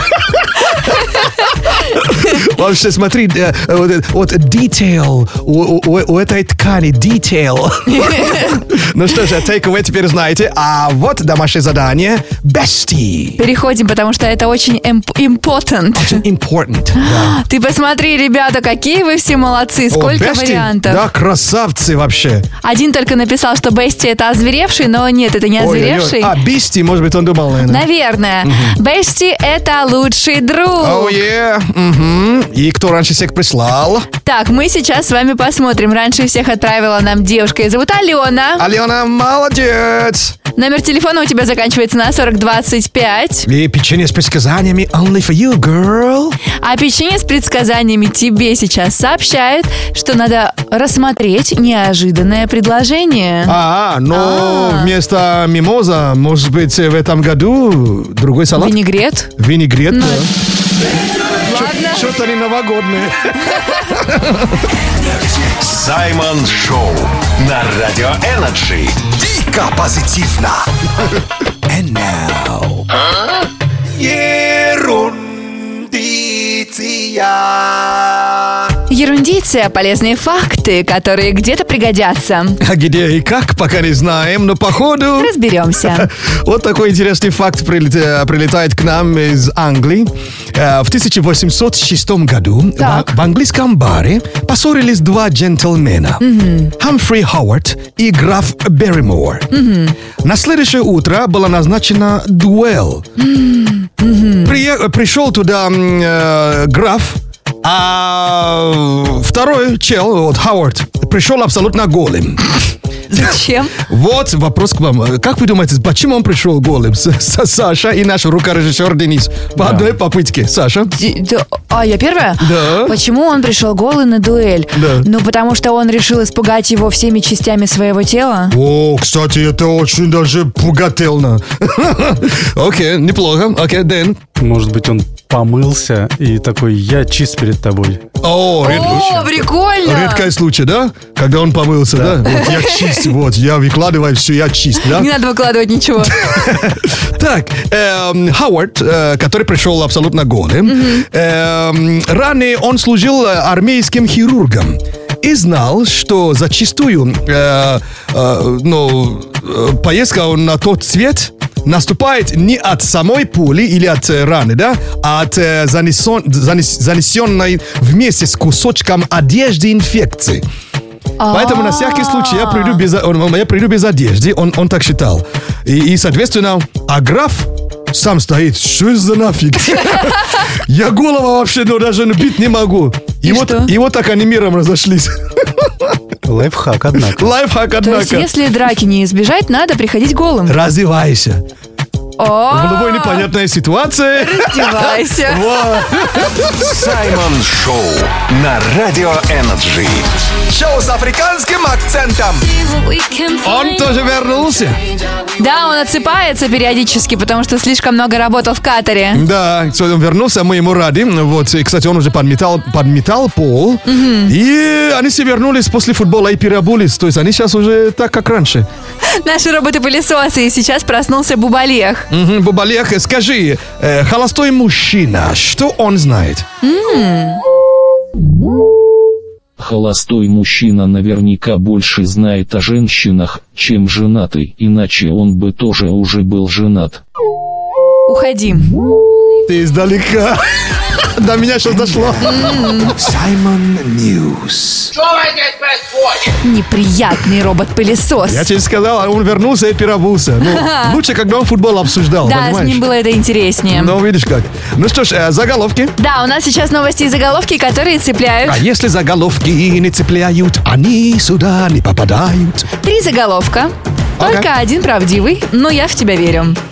S1: Вообще, смотри, вот detail у этой ткани, detail. Ну что же, take away теперь знаете. А вот домашнее задание bestie.
S2: Переходим, потому что это очень important.
S1: Очень important, да.
S2: Ты посмотри, ребята, какие вы все молодцы. Сколько
S1: О, bestie?
S2: вариантов.
S1: Да, красавцы вообще.
S2: Один только написал, что bestie это озверевший, но нет, это не озверевший.
S1: Ой, ой, ой. А, бисти, может быть, он думал, наверное.
S2: Наверное.
S1: Мгм.
S2: Bestie это лучший друг.
S1: Oh, yeah. Мгм. И кто раньше всех прислал?
S2: Так, мы сейчас с вами посмотрим. Раньше всех отправила нам девушка, ее зовут Алена.
S1: Алена, молодец.
S2: Номер телефона у тебя заканчивается на сорок двадцать пять.
S1: И печенье с предсказаниями only for you, girl.
S2: А печенье с предсказаниями тебе сейчас сообщает, что надо рассмотреть неожиданное предложение.
S1: А, но
S2: А.
S1: вместо мимоза, может быть, в этом году другой салат?
S2: Винегрет.
S1: Винегрет,
S2: Ну,
S1: да.
S2: Ладно.
S1: Что-то не новогоднее.
S11: Саймон Шоу на Радио Энерджи.
S5: Дико позитивно. And now. Ерундиция.
S2: Ерундиция, полезные факты, которые где-то пригодятся.
S1: А где и как, пока не знаем, но походу...
S2: Разберемся.
S1: Вот такой интересный факт прилет- прилетает к нам из Англии. Э, В тысяча восемьсот шестом году
S2: Так.
S1: в, в английском баре поссорились два джентльмена. Хамфри Ховард и граф Берримор. На следующее утро была назначена дуэль. Прие- Пришел туда м, э, граф, а второй чел, вот Ховард, пришел абсолютно голым.
S2: Зачем?
S1: Вот вопрос к вам. Как вы думаете, почему он пришел голым? С- с- Саша и наш рукорежиссер Денис. По одной попытке. Саша?
S2: Ди- да- А, я первая?
S1: Да.
S2: Почему он пришел голый на дуэль?
S1: Да.
S2: Ну, потому что он решил испугать его всеми частями своего тела.
S1: О, кстати, это очень даже пугательно. Окей, неплохо. Окей, Дэн.
S12: Может быть, он помылся и такой, я чист перед тобой.
S1: О, ред-
S2: О, прикольно!
S1: редкий случай, да? Когда он помылся, да? Вот я чист, вот, я выкладываю все, я чист, да?
S2: Не надо выкладывать ничего.
S1: Так, эм, Ховард, э, который пришел абсолютно голым, эм, ранее он служил э, армейским хирургом и знал, что зачастую э, э, ну, э, поездка на тот свет наступает не от самой пули или от э, раны, да, а от э, занесен- занес- занесенной вместе с кусочком одежды инфекции. Поэтому на всякий случай я приду без, он- я приду без одежды, он, он так считал. И, и, соответственно, а граф сам стоит, что это за нафиг? Я голову вообще ну, даже бить не могу. И,
S2: И
S1: вот,
S2: что?
S1: и вот так они миром разошлись.
S12: Лайфхак, однако.
S1: Лайфхак,
S2: То есть,
S1: однако.
S2: если драки не избежать, надо приходить голым.
S1: Развивайся. В
S2: О,
S1: любой непонятной ситуации.
S2: раздевайся.
S1: Вот.
S11: Саймон Шоу на Радио Энерджи.
S5: Шоу с африканским акцентом.
S1: Он тоже вернулся.
S2: Да, он отсыпается периодически, потому что слишком много работал в Катаре.
S1: Да, кстати, он вернулся, мы ему рады. Вот, и, кстати, он уже подметал, подметал пол. И они все вернулись после футбола и переобулись. То есть они сейчас уже так, как раньше.
S2: Наши роботы-пылесосы, и сейчас проснулся Бубалех.
S1: Угу, Бабалех, скажи, э, холостой мужчина, что он знает?
S16: Холостой мужчина наверняка больше знает о женщинах, чем женатый, иначе он бы тоже уже был женат.
S2: Уходи.
S1: Ты издалека. До меня сейчас дошло.
S5: Саймон Ньюс.
S14: Что здесь происходит?
S2: Неприятный робот-пылесос.
S1: Я тебе сказал, он вернулся и переобулся. Ну, лучше, когда он футбол обсуждал,
S2: Да,
S1: понимаешь?
S2: с ним было это интереснее.
S1: Ну, видишь как. Ну что ж, э, заголовки.
S2: Да, у нас сейчас новости и заголовки, которые цепляют.
S1: А если заголовки не цепляют, они сюда не попадают.
S2: Три заголовка. Только
S1: Ага.
S2: один правдивый, но я в тебя верю.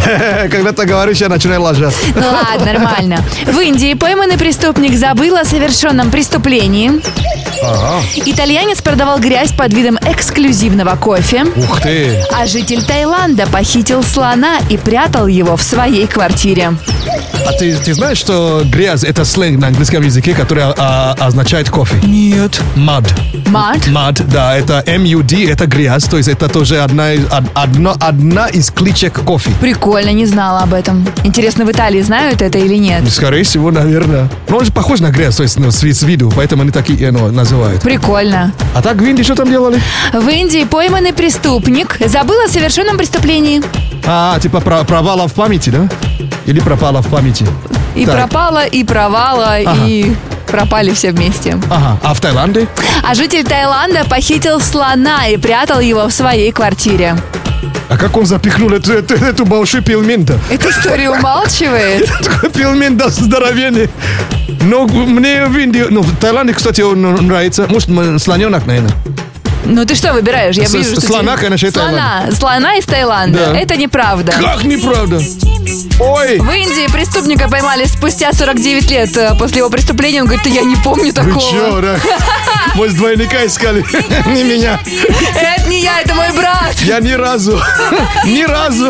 S1: Когда ты говоришь, я начинаю ложать.
S2: Ну ладно, нормально. В Индии пойманный преступник забыл о совершенном преступлении.
S1: Ага.
S2: Итальянец продавал грязь под видом эксклюзивного кофе.
S1: Ух ты!
S2: А житель Таиланда похитил слона и прятал его в своей квартире.
S1: А ты, ты знаешь, что грязь — это сленг на английском языке, который а, означает кофе?
S2: Нет.
S1: Mud.
S2: Mud?
S1: Mud, да, это эм ю ди, это грязь, то есть это тоже одна, из- од- одно, одна из кличек кофе.
S2: Прикольно, не знала об этом. Интересно, в Италии знают это или нет?
S1: Скорее всего, наверное. Но он же похож на грязь, то есть ну, с, с виду, поэтому они такие ну, называют.
S2: Прикольно.
S1: А так в Индии что там делали?
S2: В Индии пойманный преступник забыл о совершенном преступлении.
S1: А, типа про- провала в памяти, да? Или пропала в памяти?
S2: И
S1: Так.
S2: пропала, и провала,
S1: Ага.
S2: и пропали все вместе.
S1: Ага, а в Таиланде?
S2: А житель Таиланда похитил слона и прятал его в своей квартире.
S1: А как он запихнул эту, эту, эту большую пельмень-то?
S2: Эта история умалчивает.
S1: Такой пельмень, да, здоровенный. Но мне в Индии, ну, в Таиланде, кстати, он нравится. Может, м, слоненок, наверное.
S2: Ну ты что выбираешь? Я
S1: С-
S2: вижу, что
S1: слона,
S2: тебе-
S1: конечно, из
S2: Слона. Слона из Таиланда.
S1: Да.
S2: Это неправда.
S1: Как неправда? Ой!
S2: В Индии преступника поймали спустя сорок девять лет э, после его преступления. Он говорит, я не помню
S1: Вы
S2: такого.
S1: чё, да? Может, двойника искали? Не меня.
S2: Это не я, это мой брат.
S1: Я ни разу, ни разу.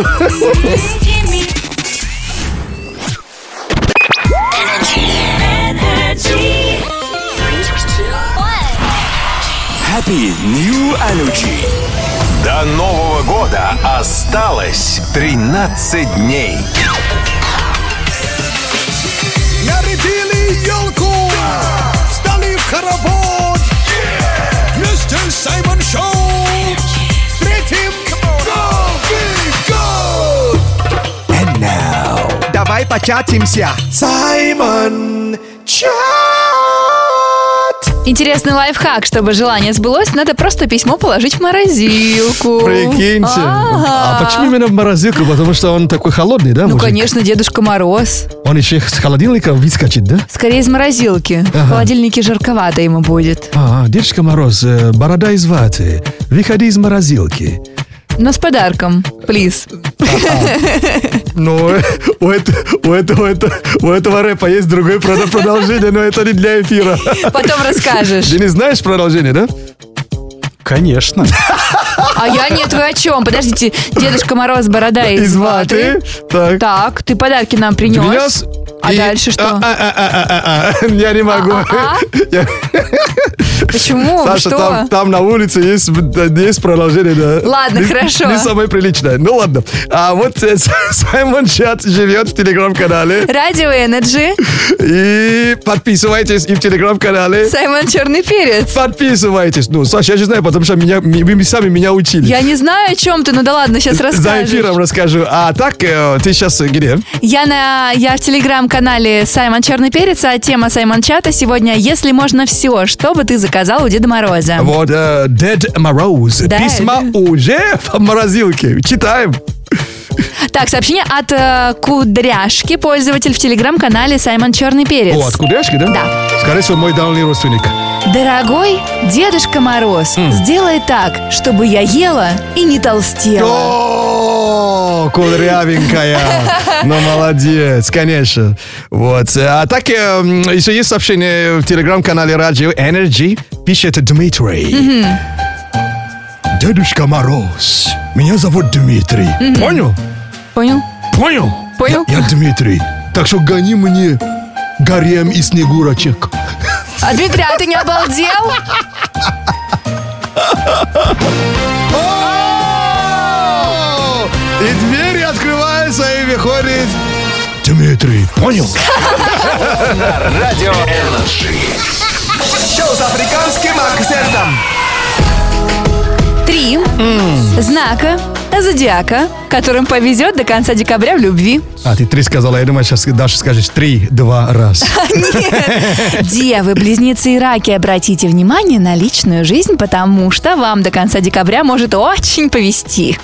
S3: Happy New Energy. До Нового года осталось тринадцать дней.
S5: Нарядили елку, встали в хоровод. Вместе с Саймон Шоу встретим Новый год. And now,
S7: Давай початимся.
S5: Саймон Чат.
S2: Интересный лайфхак. Чтобы желание сбылось, надо просто письмо положить в морозилку.
S1: Прикиньте.
S2: Ага.
S1: А почему именно в морозилку? Потому что он такой холодный, да?
S2: Ну,
S1: мужик?
S2: конечно, Дедушка Мороз.
S1: Он еще с холодильника выскочит, да?
S2: Скорее из морозилки. В
S1: Ага.
S2: холодильнике жарковато ему будет.
S1: А, Дедушка Мороз, э, борода из ваты, выходи из морозилки.
S2: Но с подарком, плиз.
S1: Ну, э, у, это- у этого, это- у этого рэпа есть другое прод- продолжение, но это не для эфира.
S2: Потом расскажешь.
S1: Ты не знаешь продолжение, да?
S12: Конечно.
S2: А я нет, вы о чем? Подождите, Дедушка Мороз, борода из,
S1: Из ваты. Так.
S2: Так, ты подарки нам принес.
S1: Принес.
S2: А
S1: И-
S2: дальше что?
S1: А, а, а, а, а, а. Я не могу.
S2: А-а-а?
S1: Я-
S2: Почему?
S1: Саша,
S2: Что?
S1: там, там на улице есть, есть продолжение, да.
S2: Ладно,
S1: Не-
S2: хорошо.
S1: Не самое приличное. Ну ладно. А вот э, Саймон Чат живет в телеграм-канале.
S2: Радио Energy,
S1: И подписывайтесь и в телеграм-канале.
S2: Саймон Черный Перец.
S1: Подписывайтесь. Ну, Саша, я же знаю, потому что меня, ми- вы сами меня учили.
S2: Я не знаю, о чем ты, ну да ладно, сейчас
S1: За
S2: расскажешь.
S1: эфиром расскажу. А так, э, ты сейчас где?
S2: Я, на, я в телеграм-канале Саймон Черный Перец, а тема Саймон Чата сегодня «Если можно все, что бы ты заказал у Деда Мороза».
S1: Вот, э, Дед Мороз.
S2: Да,
S1: Письма уже в морозилке. Читаем.
S2: Так, сообщение от э, Кудряшки, пользователь в телеграм-канале Саймон Черный Перец.
S1: О, от Кудряшки, да?
S2: Да.
S1: Скорее всего, мой давний родственник.
S2: Дорогой Дедушка Мороз, сделай так, чтобы я ела и не толстела.
S1: О, кудрявенькая. Ну, молодец, конечно. Вот. А так, э, м, еще есть сообщение в телеграм-канале Radio Energy. Пишет Дмитрий. Дедушка Мороз. Меня зовут Дмитрий. Понял?
S2: Понял?
S1: Понял?
S2: Понял?
S1: Я, я Дмитрий. Так что гони мне гарем и снегурочек.
S2: А Дмитрий, а ты не обалдел?
S1: О! И двери открываются, и выходит Дмитрий. Понял?
S3: На Радио Energy.
S7: Шоу с африканским акцентом.
S2: Три знака зодиака, которым повезет до конца декабря в любви.
S1: А, ты три сказала, я думаю, сейчас Даша скажешь три, два, раз.
S2: Девы, близнецы и раки, обратите внимание на личную жизнь, потому что вам до конца декабря может очень повезти.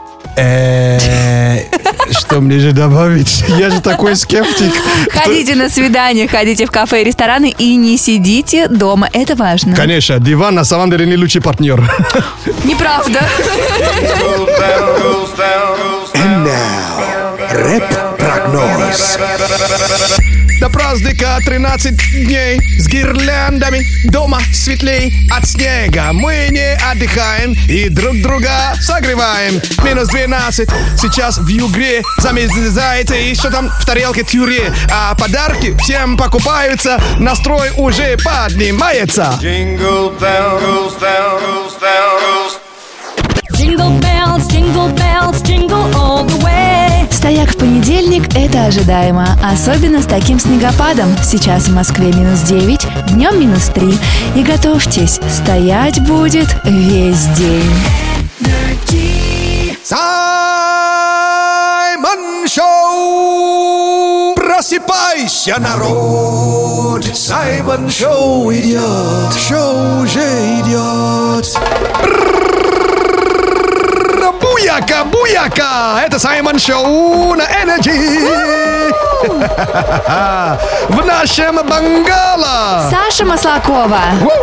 S1: Э, Что мне же добавить? Я же такой скептик.
S2: Ходите на свидания, ходите в кафе и рестораны и не сидите дома. Это важно.
S1: Конечно, диван на самом деле не лучший партнер.
S2: Неправда.
S5: And now, Рэп-прогноз.
S1: До праздника тринадцать дней с гирляндами. Дома светлей от снега. Мы не отдыхаем и друг друга согреваем. Минус двенадцать сейчас в югре. Замерзает еще там в тарелке тюре. А подарки всем покупаются. Настрой уже поднимается.
S17: Jingle bells, bells, bells.
S18: Jingle bells, jingle bells, jingle all the way.
S2: Стояк в понедельник – это ожидаемо, особенно с таким снегопадом. Сейчас в Москве минус девять, днем минус три. И готовьтесь, стоять будет весь день.
S5: Саймон Шоу! Просыпайся, народ! Саймон Шоу идет! Шоу уже идет!
S1: Буяка, буяка! Это Саймон Шоу на Energy! В нашем бангало!
S2: Саша Маслакова!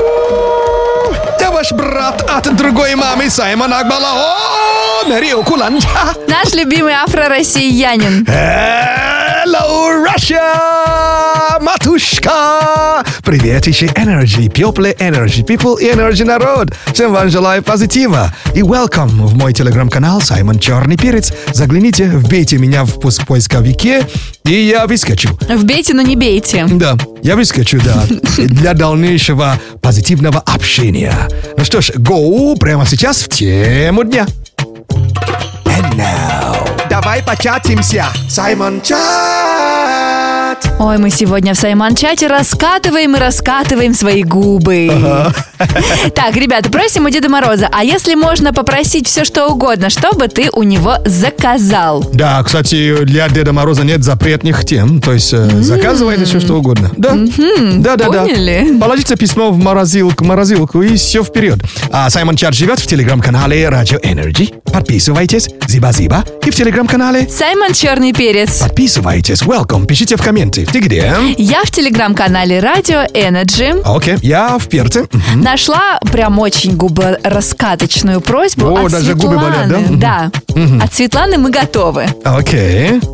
S1: Я ваш брат от другой мамы Саймон Акбала! Он Рио Куланча!
S2: Наш любимый афро-россиянин!
S1: Hello, Russia! Матушка! Привет, еще Energy, теплый Energy People и Energy народ. Всем вам желаю позитива. И welcome в мой телеграм-канал Саймон Черный Перец. Загляните, вбейте меня в поисковике, и я выскочу.
S2: Вбейте, но не бейте.
S1: Да, я выскочу, да. Для дальнейшего позитивного общения. Ну что ж, go прямо сейчас в тему дня.
S5: And now. Давай початимся. Саймон Чат.
S2: Ой, мы сегодня в Саймон-чате раскатываем и раскатываем свои губы.
S1: Ага.
S2: Так, ребята, просим у Деда Мороза, а если можно попросить все, что угодно, чтобы ты у него заказал?
S1: Да, кстати, для Деда Мороза нет запретных тем, то есть mm-hmm. заказывайте все, что угодно. Да,
S2: mm-hmm.
S1: да, да,
S2: Поняли?
S1: Да. Положите письмо в морозилку, морозилку и все вперед. А Саймон Чат живет в телеграм-канале Radio Energy. Подписывайтесь, зиба-зиба, и в телеграм-канале
S2: Саймон Черный Перец.
S1: Подписывайтесь, welcome, пишите в комменты. Ты где?
S2: Я в телеграм-канале Radio Energy.
S1: Окей, okay. Я в Перце. Uh-huh.
S2: Нашла прям очень губораскаточную просьбу
S1: О,
S2: от
S1: даже
S2: Светланы.
S1: Губы болят, да?
S2: Да. Uh-huh. От Светланы мы готовы.
S1: Окей. Okay.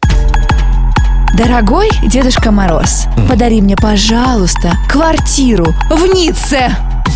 S2: Дорогой Дедушка Мороз, uh-huh. подари мне, пожалуйста, квартиру в Ницце.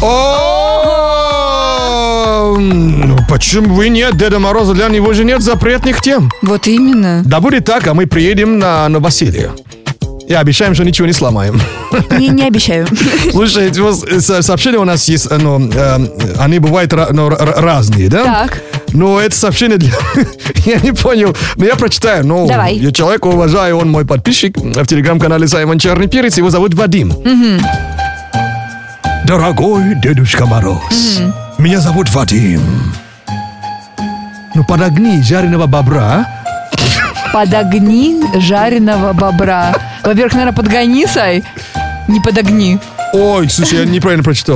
S1: О, ну почему вы нет, Деда Мороза, для него же нет запретных тем.
S2: Вот именно.
S1: Да будет так, а мы приедем на новоселье. И обещаем, что ничего не сломаем.
S2: Не, не обещаю.
S1: Слушай, сообщения у нас есть, но э, они бывают но, разные, да?
S2: Так.
S1: Но это сообщение для... Я не понял, но я прочитаю. Ну,
S2: давай.
S1: Я человека уважаю, он мой подписчик в телеграм-канале Саймон Черный Перец, его зовут Вадим.
S2: Угу.
S1: Дорогой Дедушка Мороз, угу. Меня зовут Вадим. Ну, подогни жареного бобра.
S2: Подогни жареного бобра. Во-первых, наверное, подгони, Сай. Не подогни.
S1: Ой, слушай, я неправильно прочитал.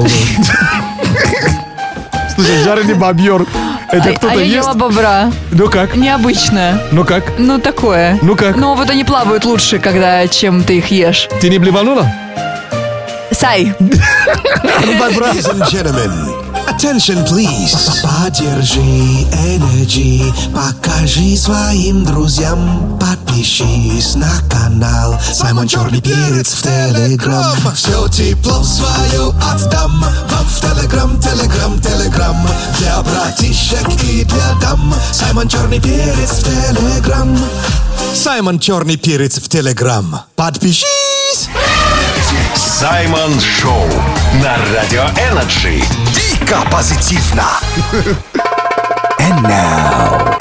S1: Слушай, жареный бобер. Это
S2: а,
S1: кто-то
S2: а я
S1: ест?
S2: ела бобра.
S1: Ну как?
S2: Необычно.
S1: Ну как?
S2: Ну такое.
S1: Ну как?
S2: Ну вот они плавают лучше, когда чем ты их ешь.
S1: Ты не блеванула?
S2: Сай.
S5: Ladies and gentlemen, attention please. Поддержи Energy, покажи своим друзьям, подпишись на канал Саймон Черный Перец в Телеграм. Все тепло свое отдам вам в Телеграм, Телеграм, Телеграм. Для братишек и для дам Саймон Черный Перец в Телеграм. Саймон Черный Перец в Телеграм. Подпишись!
S3: Саймон Шоу на Радио Energy.
S5: Дико позитивно. And now.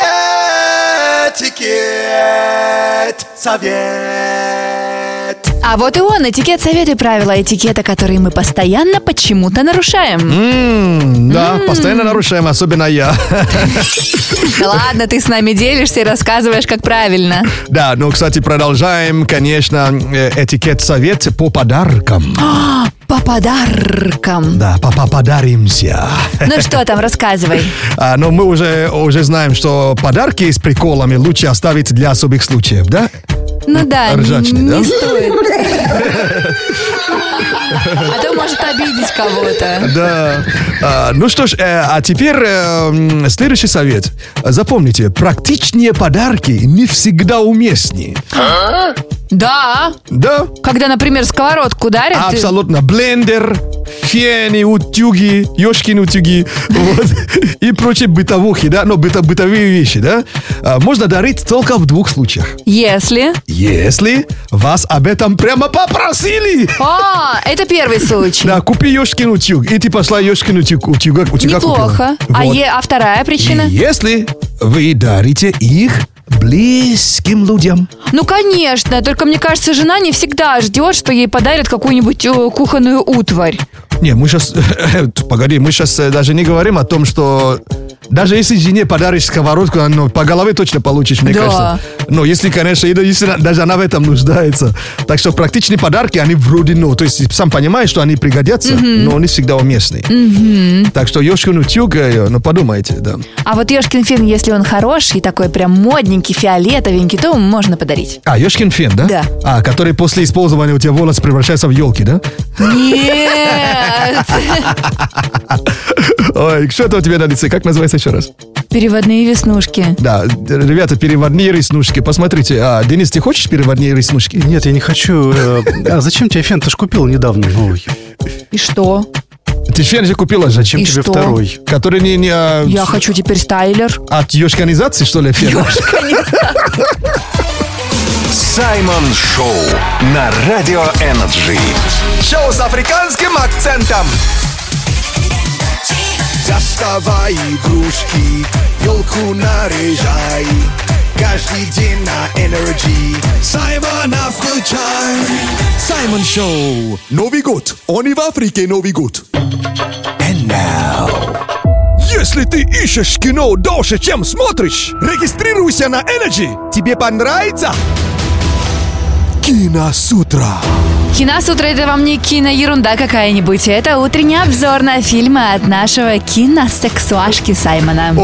S5: Этикет. Совет.
S2: А вот и он, этикет, совет и правила этикета, которые мы постоянно почему-то нарушаем.
S1: Mm, да, mm. постоянно нарушаем, особенно я.
S2: Да ладно, ты с нами делишься и рассказываешь, как правильно.
S1: Да, ну, кстати, продолжаем, конечно, этикет-совет по подаркам.
S2: По подаркам.
S1: Да, по подаримся.
S2: Ну что там, рассказывай.
S1: А, ну, мы уже, уже знаем, что подарки с приколами лучше оставить для особых случаев, да?
S2: Ну да,
S1: Ржачный,
S2: не,
S1: да?
S2: не стоит. А то может обидеть кого-то.
S1: Да. А, ну что ж, э, а теперь э, следующий совет. Запомните, практичнее подарки не всегда уместнее.
S2: Да.
S1: Да.
S2: Когда, например, сковородку дарят.
S1: Абсолютно. Блендер, фени, утюги, ёшкины утюги, вот, и прочие бытовухи, да, ну, быто, бытовые вещи, да, а, можно дарить только в двух случаях.
S2: Если?
S1: Если вас об этом прямо попросили.
S2: А, это первый случай.
S1: Да, купи ёшкин утюг, и ты пошла ёшкин утюг, утюга, утюга
S2: Неплохо.
S1: купила.
S2: А,
S1: Вот.
S2: е, а вторая причина?
S1: И если вы дарите их близким людям.
S2: Ну, конечно, только мне кажется, жена не всегда ждет, что ей подарят какую-нибудь э, кухонную утварь.
S1: Не, мы сейчас, погоди, мы сейчас даже не говорим о том, что даже если жене подаришь сковородку, ну, по голове точно получишь, мне
S2: Да.
S1: кажется. Но если, конечно, если даже она в этом нуждается. Так что практичные подарки, они вроде, ну, то есть сам понимаешь, что они пригодятся,
S2: Мгм.
S1: но они всегда уместны.
S2: Мгм.
S1: Так что ёшкин утюг, э, ну, подумайте, да.
S2: А вот ёшкин фен, если он хороший, такой прям модненький, фиолетовенький, то можно подарить.
S1: А, ёшкин фен, да?
S2: Да.
S1: А, который после использования у тебя волосы превращаются в елки, да?
S2: Нет!
S1: Ой, что это у тебя на лице? Как называется еще раз?
S2: Переводные веснушки.
S1: Да, ребята, переводные реснушки. Посмотрите, а, Денис, ты хочешь переводные реснушки?
S12: Нет, я не хочу. э, А зачем тебе фен? Ты ж купил недавно новый.
S2: И что?
S1: Ты фен же купила, зачем
S2: И
S1: тебе
S2: что?
S1: второй? Который не... не а,
S2: Я хочу теперь стайлер.
S1: От ёшканизации, что ли, фен?
S11: Саймон Шоу на Радио Энерджи.
S5: Шоу с африканским акцентом. Доставай игрушки, елку наряжай. Каждый день на Energy Саймона включай. Саймон Шоу. Новый год. Он и в Африке Новый год. And now. Если ты ищешь кино дольше, чем смотришь, регистрируйся на Energy. Тебе понравится? Киносутра.
S2: Киносутра — это вам не киноерунда какая-нибудь. Это утренний обзор на фильмы от нашего киносексуашки Саймона.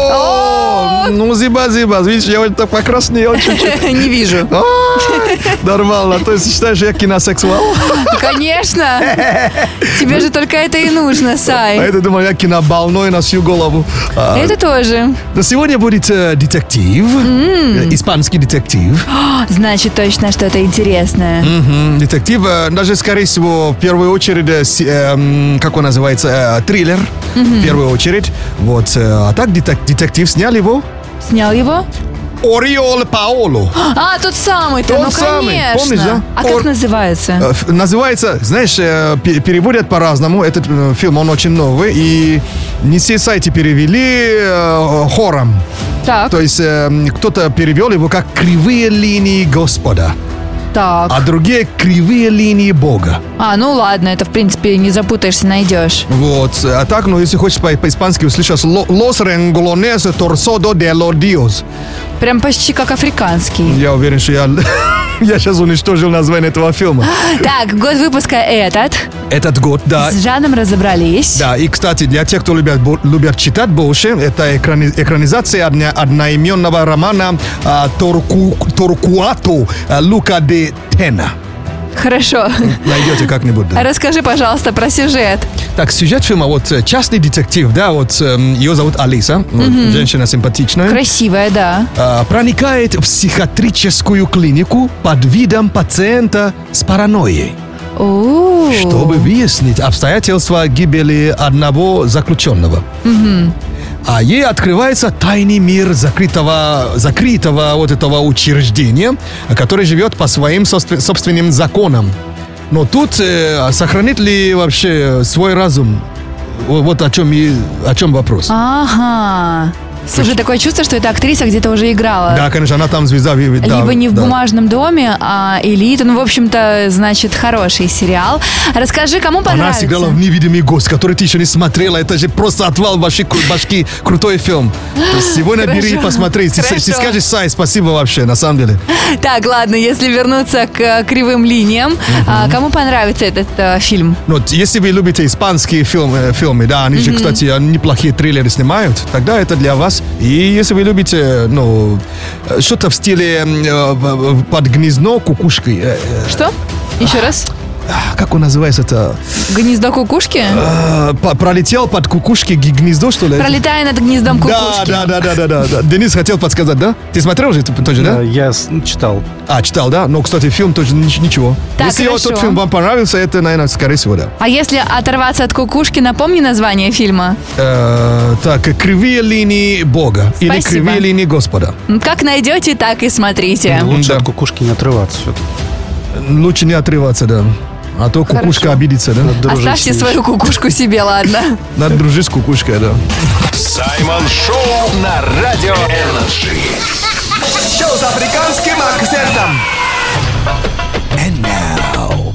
S1: О, ну зиба-зиба. Видишь, я вот так покраснел чуть-чуть.
S2: Не вижу.
S1: О, нормально. То есть считаешь, я киносексуал?
S2: Конечно. Тебе же только это и нужно,
S1: А
S2: Сай.
S1: это, думаю, я кинобольной на всю голову. А,
S2: Это тоже.
S1: Но сегодня будет э, детектив. Э, Испанский детектив.
S2: О, значит, точно что-то интересное.
S1: Мгм, детектив, э, даже, скорее всего, в первую очередь, э, си- э, м, как он называется, э, триллер,
S2: Мгм.
S1: в первую очередь. Вот, э, а так детек- детектив снял его.
S2: Снял его?
S1: Ориол Паоло.
S2: А, тот самый-то,
S1: Тот
S2: ну
S1: самый,
S2: конечно.
S1: помнишь, да?
S2: А
S1: Ор-
S2: как называется?
S1: Э, ф- Называется, знаешь, э, пе- переводят по-разному. Этот э, фильм, он очень новый. И не все сайты перевели э, хором.
S2: Так.
S1: То есть э, кто-то перевел его как «Кривые линии Господа»,
S2: Так.
S1: а другие «Кривые линии Бога».
S2: А, ну ладно, это в принципе не запутаешься, найдешь.
S1: Вот. А так, ну, если хочешь по- по-испански услышать «Lo- «Los renglones torcidos de los dios».
S2: Прям почти как африканский.
S1: Я уверен, что я, я сейчас уничтожил название этого фильма.
S2: Так, год выпуска этот.
S1: Этот год, да.
S2: С жанром разобрались.
S1: Да, и, кстати, для тех, кто любят, бо- любят читать больше, это экрани- экранизация одня- одноименного романа а, Торку, Торкуато а, Лука де Тена.
S2: Хорошо.
S1: Найдете как-нибудь, да.
S2: Расскажи, пожалуйста, про сюжет.
S1: Так, сюжет фильма, вот э, частный детектив, да, вот эм, ее зовут Алиса, вот,
S2: Мгм.
S1: женщина симпатичная.
S2: Красивая, да.
S1: А, проникает в психиатрическую клинику под видом пациента с паранойей,
S2: О.
S1: чтобы выяснить обстоятельства гибели одного заключенного.
S2: Мгм.
S1: А ей открывается тайный мир закрытого, закрытого вот этого учреждения, который живет по своим собствен- собственным законам. Но тут э, сохранит ли вообще свой разум? Во- Вот о чем, и, о чем вопрос.
S2: Ага. Слушай, такое чувство, что эта актриса где-то уже играла.
S1: Да, конечно, она там звезда. ви- да,
S2: Либо не в
S1: да.
S2: бумажном доме, а элита. Ну, в общем-то, значит, хороший сериал. Расскажи, кому
S1: Она
S2: понравится.
S1: сыграла в «Невидимый гость», который ты еще не смотрела. Это же просто отвал башки, башки крутой фильм. То есть сегодня бери и
S2: Хорошо.
S1: посмотри. Ты, ты
S2: Хорошо.
S1: скажешь, Сай, спасибо вообще, на самом деле.
S2: Так, ладно, если вернуться к э, кривым линиям, а, кому понравится этот э, фильм?
S1: Ну, т- если вы любите испанские фильмы, фильмы, да, они же,
S2: Мгм.
S1: кстати, они неплохие триллеры снимают, тогда это для вас. И если вы любите, ну, э, что-то в стиле э, в- в- под гнездо кукушкой. э, э,
S2: Что? Еще раз?
S1: Как он называется-то?
S2: Гнездо кукушки?
S1: А, по- пролетел под кукушки гнездо, что ли?
S2: Пролетая над гнездом кукушки.
S1: Да, да, да, да, да, да. Денис хотел подсказать, да? Ты смотрел же тоже, да?
S12: Да, я с- читал.
S1: А, читал, да? Но, кстати, фильм тоже ни- ничего.
S2: Так,
S1: Если вот
S2: хорошо.
S1: тот фильм вам понравился, это, наверное, скорее всего, да.
S2: А если оторваться от кукушки, напомни название фильма.
S1: Э, так, «Кривые линии Бога» или
S2: Спасибо.
S1: «Кривые линии Господа».
S2: Как найдете, так и смотрите.
S12: Лучше
S1: Да.
S12: от кукушки не отрываться все-таки.
S1: Лучше не отрываться, да. А то кукушка
S2: Хорошо.
S1: обидится, да?
S2: Оставьте свою кукушку себе, ладно.
S1: Надо дружить с кукушкой, да.
S11: Саймон Шоу на Радио Энерджи.
S5: Шоу с африканским акцентом. And now.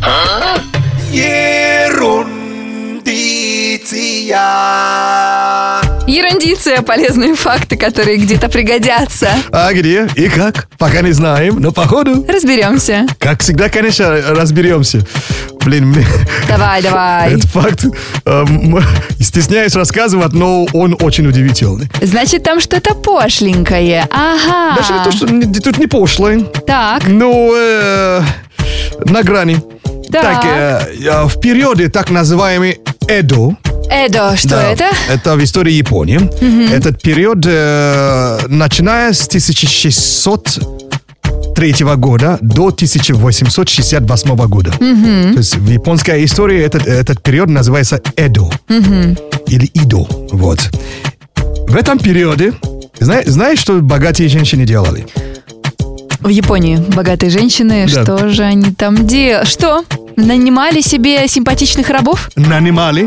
S5: Ерундиция.
S2: Ерундиция, полезные факты, которые где-то пригодятся.
S1: А где и как? Пока не знаем, но походу,
S2: Разберемся.
S1: как всегда, конечно, разберемся. Блин, мне
S2: Давай, давай.
S1: этот факт эм, стесняюсь рассказывать, но он очень удивительный.
S2: Значит, там что-то пошленькое. Ага.
S1: Даже не то, что не- тут не пошлое,
S2: Так,
S1: но э, на грани.
S2: Так.
S1: Так, э, э, в периоде так называемый Эдо.
S2: Эдо, что
S1: Да,
S2: это?
S1: Это в истории Японии.
S2: Мгм.
S1: Этот период, э, начиная с тысяча шестьсот третьего года до тысяча восемьсот шестьдесят восьмого года.
S2: Мгм.
S1: То есть в японской истории этот, этот период называется Эдо
S2: Мгм.
S1: или Идо. Вот. В этом периоде, зна- знаешь, что богатые женщины делали?
S2: В Японии богатые женщины,
S1: Да.
S2: что же они там делали? Что? Нанимали себе симпатичных рабов?
S1: Нанимали.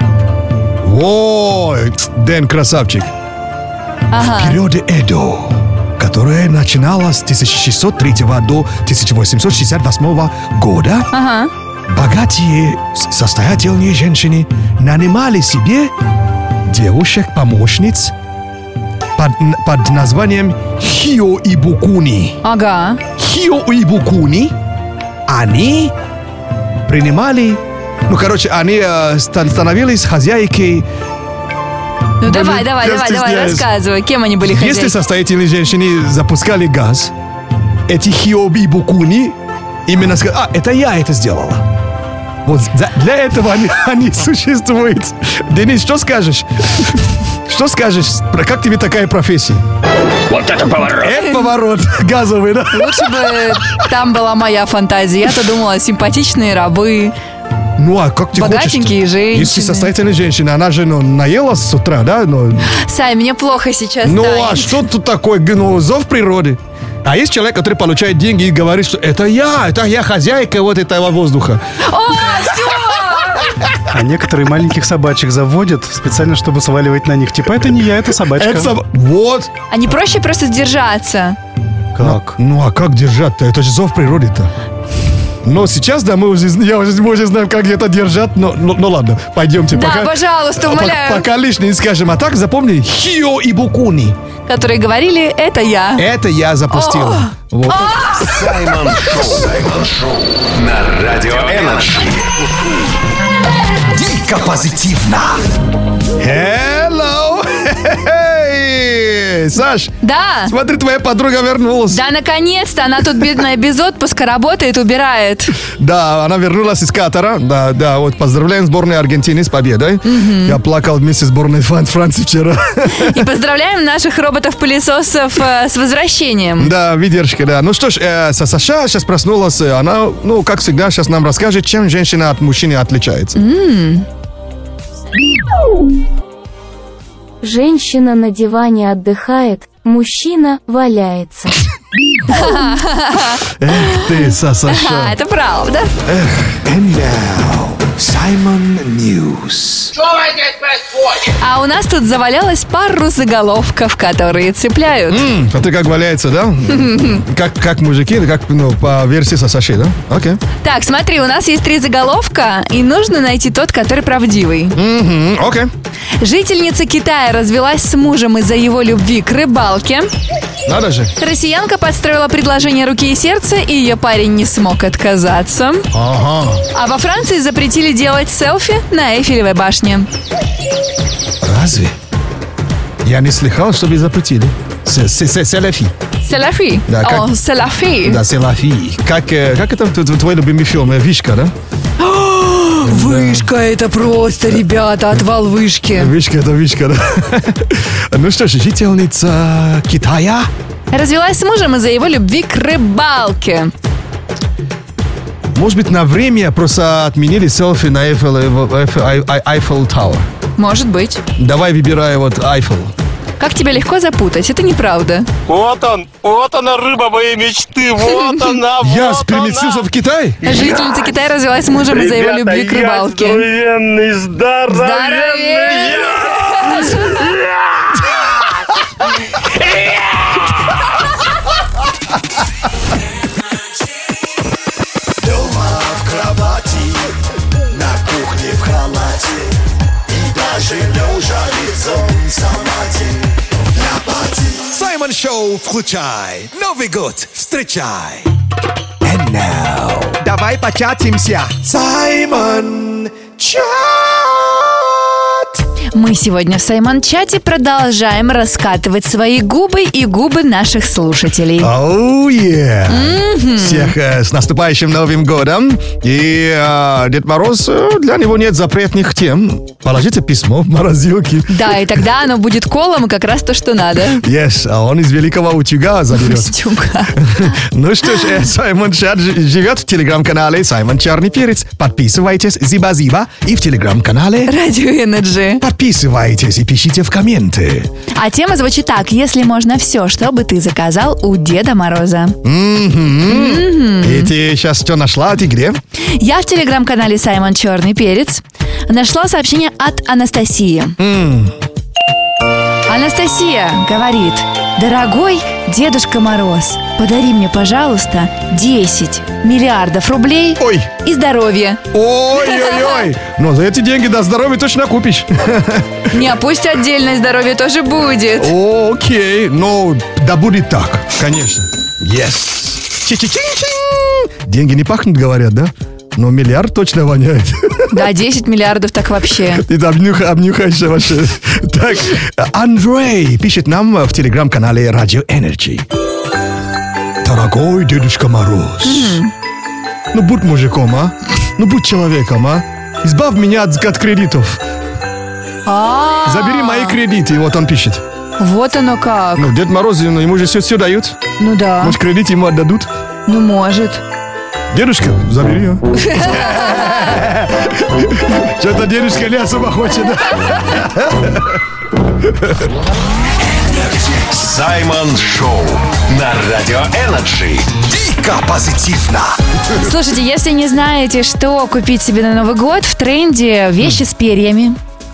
S1: Ой, Дэн красавчик.
S2: Ага.
S1: В периоде Эдо, которое начиналось с тысяча шестьсот третьего до тысяча восемьсот шестьдесят восьмого года,
S2: Ага.
S1: богатые, с- состоятельные женщины нанимали себе девушек-помощниц под, н- под названием Хио и Букуни.
S2: Ага.
S1: Хио и Букуни, они принимали, ну, короче, они э, ста- становились хозяйкой.
S2: Ну
S1: Даже
S2: давай, давай,
S1: я
S2: давай, давай,
S1: стесняюсь.
S2: рассказывай, кем они были
S1: Если
S2: хозяйки?
S1: состоятельные женщины запускали газ, эти Хио и Букуни именно сказали, а, это я это сделала. Вот за- для этого они, они существуют. Денис, что скажешь? Что скажешь? Про как тебе такая профессия?
S19: Вот это поворот!
S1: Это поворот газовый, да?
S2: Лучше бы там была моя фантазия. Я-то думала, симпатичные рабы.
S1: Ну а как ты
S2: Богатенькие
S1: хочешь?
S2: женщины.
S1: Если состоятельная женщина, она же ну, наелась с утра, да? Ну,
S2: Сай, мне плохо сейчас
S1: ну а
S2: станет.
S1: что тут такое? Ну, зов природы. А есть человек, который получает деньги и говорит, что это я, это я хозяйка вот этого воздуха.
S2: О, все!
S12: А некоторые маленьких собачек заводят специально, чтобы сваливать на них. Типа, это не я, это собачка.
S1: Это соб- Вот.
S2: А не проще просто сдержаться?
S1: Как? Ну, ну, а как держать-то? Это же зов природы-то. Но сейчас, да, мы уже, я уже, мы уже знаем, как это держать. Но, ну, ну ладно, пойдемте.
S2: Да,
S1: пока,
S2: пожалуйста,
S1: по-
S2: умоляю.
S1: Пока лишнее скажем. А так запомни, Хио и Букуни.
S2: Которые говорили, это я.
S1: Это я запустил. Вот.
S11: Саймон Шоу. Саймон Шоу на Радио Энерджи.
S5: Дико позитивно.
S1: Hello! Hey! Саш,
S2: Да.
S1: смотри, твоя подруга вернулась.
S2: Да, наконец-то. Она тут, бедная, без отпуска работает, убирает.
S1: Да, она вернулась из Катара. Да, да, вот поздравляем сборную Аргентины с победой. Я плакал вместе с сборной Фран- Франции вчера.
S2: И поздравляем наших роботов-пылесосов э, с возвращением.
S1: Да, выдержка, да. Ну что ж, э, Са- Саша сейчас проснулась. э, Она, ну, как всегда, сейчас нам расскажет, чем женщина от мужчины отличается.
S2: М.
S13: Женщина на диване отдыхает, мужчина валяется.
S1: Эх ты, Са-
S2: Ха,
S1: Саша.
S2: это правда.
S5: And now, Simon News.
S14: Что здесь происходит?
S2: А у нас тут завалялась пару заголовков, которые цепляют.
S1: М, Смотри, как валяется, да? Как, как мужики, как ну, по версии Са- Саши, да? Окей.
S2: Так, смотри, у нас есть три заголовка, и нужно найти тот, который правдивый.
S1: Мгм, Окей.
S2: Жительница Китая развелась с мужем из-за его любви к рыбалке.
S1: Надо же.
S2: Россиянка подстроила предложение руки и сердца, и ее парень не смог отказаться.
S1: Ага.
S2: А во Франции запретили делать селфи на Эйфелевой башне.
S1: Разве? Я не слыхал, чтобы запретили. С- с- с- Селфи.
S2: Селфи.
S1: Да, как-
S2: О, селфи.
S1: Да, селфи. Как, э, как это т- т- твой любимый фильм? э, Вишка, да?
S2: Вышка, это просто, ребята, отвал вышки.
S1: Вышка, это вышка, да. Ну что ж, жительница Китая
S2: развелась с мужем из-за его любви к рыбалке.
S1: Может быть, на время просто отменили селфи на Eiffel Tower.
S2: Может быть.
S1: Давай выбирай вот Eiffel.
S2: Как тебя легко запутать, это неправда.
S20: Вот он, вот она, рыба моей мечты, вот она, вот
S1: Я переместился в Китай?
S2: Жительница Китая развелась с мужем из-за его любви к рыбалке.
S20: Здоровенный, здоровенный.
S5: Дома в кровати, на кухне в халате, и даже лежа лицом самотин.
S1: Саймон Шоу, включай. Новый год, встречай. And now.
S7: Давай початимся.
S1: Саймон Чат.
S2: Мы сегодня в Саймон-чате продолжаем раскатывать свои губы и губы наших слушателей.
S1: Оу, oh, yeah.
S2: Mm-hmm.
S1: Всех э, с наступающим Новым годом. И э, Дед Мороз, э, для него нет запретных тем. Положите письмо в морозилке.
S2: Да, и тогда оно будет колом, и как раз то, что надо.
S1: Yes, а он из великого утюга заберет.
S2: Утюга.
S1: Ну что ж, Саймон Чат живет в телеграм-канале Саймон Черный Перец. Подписывайтесь, зиба-зиба. И в телеграм-канале
S2: Радио Energy.
S1: Подписывайтесь и пишите в комменты.
S2: А тема звучит так: если можно все, что бы ты заказал у Деда Мороза.
S1: Mm-hmm. Mm-hmm. И ты сейчас что нашла? Ты где?
S2: Я в телеграм-канале Саймон Черный Перец нашла сообщение от Анастасии.
S1: Mm.
S2: Анастасия говорит: дорогой Дедушка Мороз, подари мне, пожалуйста, десять миллиардов рублей.
S1: Ой.
S2: И здоровье.
S1: Ой-ой-ой. Но за эти деньги до здоровья точно купишь.
S2: Не, а пусть отдельное здоровье тоже будет.
S1: Окей, ну да будет так, конечно. Yes. Чи-чи-чин-чин. Деньги не пахнут, говорят, да? Но миллиард точно воняет.
S2: Да, десять миллиардов так вообще.
S1: Ты обнюх, обнюхаешься вообще. Так, Андрей пишет нам в телеграм-канале Радио Energy. Дорогой Дедушка Мороз, mm-hmm. ну будь мужиком, а? Ну будь человеком, а? Избавь меня от, от кредитов.
S2: А-а-а.
S1: Забери мои кредиты, вот он пишет.
S2: Вот оно как.
S1: Ну, Дед Мороз, ну, ему же все, все дают.
S2: Ну да.
S1: Может, кредит ему отдадут?
S2: Ну, может.
S1: Дедушка, забери его. Что-то дедушка не особо хочет.
S3: Саймон Шоу на Радио Energy.
S5: Дико позитивно.
S2: Слушайте, если не знаете, что купить себе на Новый год, в тренде вещи с перьями.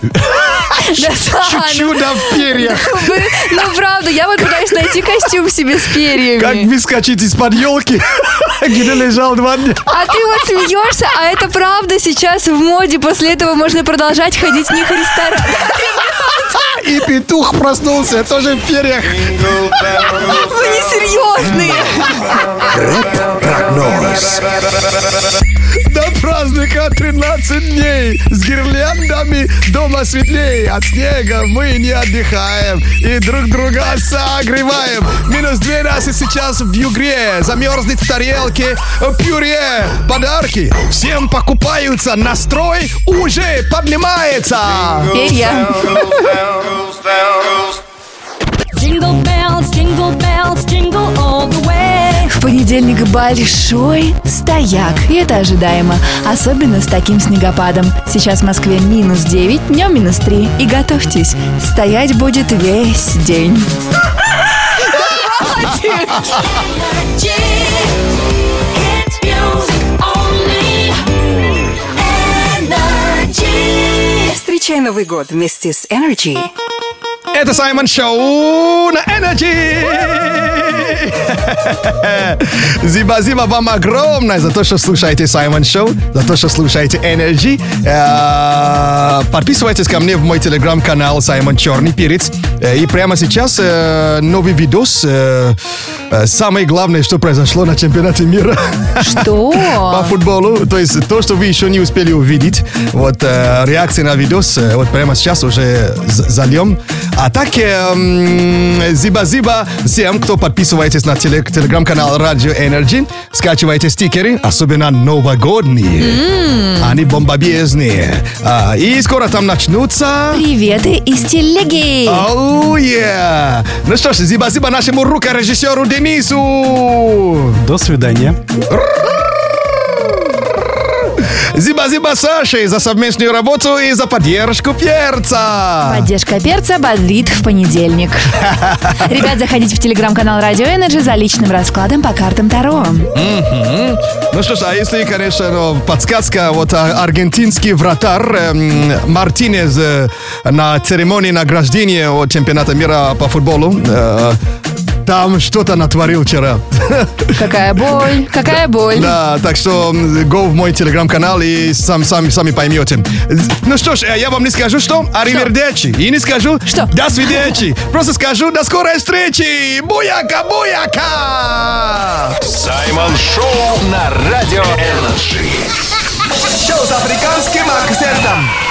S1: Чудо в перьях.
S2: Ну, правда, я вот пытаюсь найти костюм себе с перьями.
S1: Как выскочить из-под елки, где лежал два дня.
S2: А ты вот смеешься, а это правда сейчас в моде. После этого можно продолжать ходить в них в ресторан.
S1: И петух проснулся, тоже в перьях.
S2: Вы не серьезные.
S5: Рэп-прогноз.
S1: До праздника тринадцать дней. С гирляндами дома светлей. От снега мы не отдыхаем и друг друга согреваем. Минус двенадцать сейчас в Югре. Замерзнет в тарелке пюре. Подарки всем покупаются. Настрой уже поднимается.
S2: Перья.
S18: Jingle bells, jingle bells, jingle all the way.
S2: В понедельник большой стояк, и это ожидаемо, особенно с таким снегопадом. Сейчас в Москве минус девять, днем минус три. И готовьтесь, стоять будет весь день.
S10: Встречай Новый год вместе с Energy.
S1: Это Саймон Шоу на Energy. Зиба-зиба вам огромное за то, что слушаете Саймон Шоу, за то, что слушаете Energy. Подписывайтесь ко мне в мой телеграм-канал Саймон Черный Перец. И прямо сейчас новый видос. Самое главное, что произошло на чемпионате мира.
S2: Что?
S1: По футболу. То есть то, что вы еще не успели увидеть. Вот реакция на видос. Вот прямо сейчас уже зальем. А так, эм, зиба-зиба всем, кто подписываетесь на теле- телеграм-канал Radio Energy, скачивайте стикеры, особенно новогодние.
S2: Mm.
S1: Они бомбобезные. А, и скоро там начнутся...
S2: Приветы из телеги.
S1: Оу, oh, yeah. Ну что ж, зиба-зиба нашему рукорежиссеру Денису.
S12: До свидания.
S1: Зиба-зиба Саше за совместную работу и за поддержку перца.
S2: Поддержка перца бодрит в понедельник. Ребят, заходите в телеграм-канал Radio Energy за личным раскладом по картам Таро.
S1: Mm-hmm. Ну что ж, а если, конечно, ну, подсказка, вот а, аргентинский вратарь э, Мартинез э, на церемонии награждения от чемпионата мира по футболу э, там что-то натворил вчера.
S2: Какая боль, какая боль.
S1: Да, так что go в мой телеграм-канал и сам, сам, сами поймете. Ну что ж, я вам не скажу, что аривердечи. И не скажу,
S2: что
S1: до свидечи. Просто скажу до скорой встречи. Буяка, буяка.
S11: Саймон Шоу на Радио Энерджи.
S7: Шоу с африканским акцентом.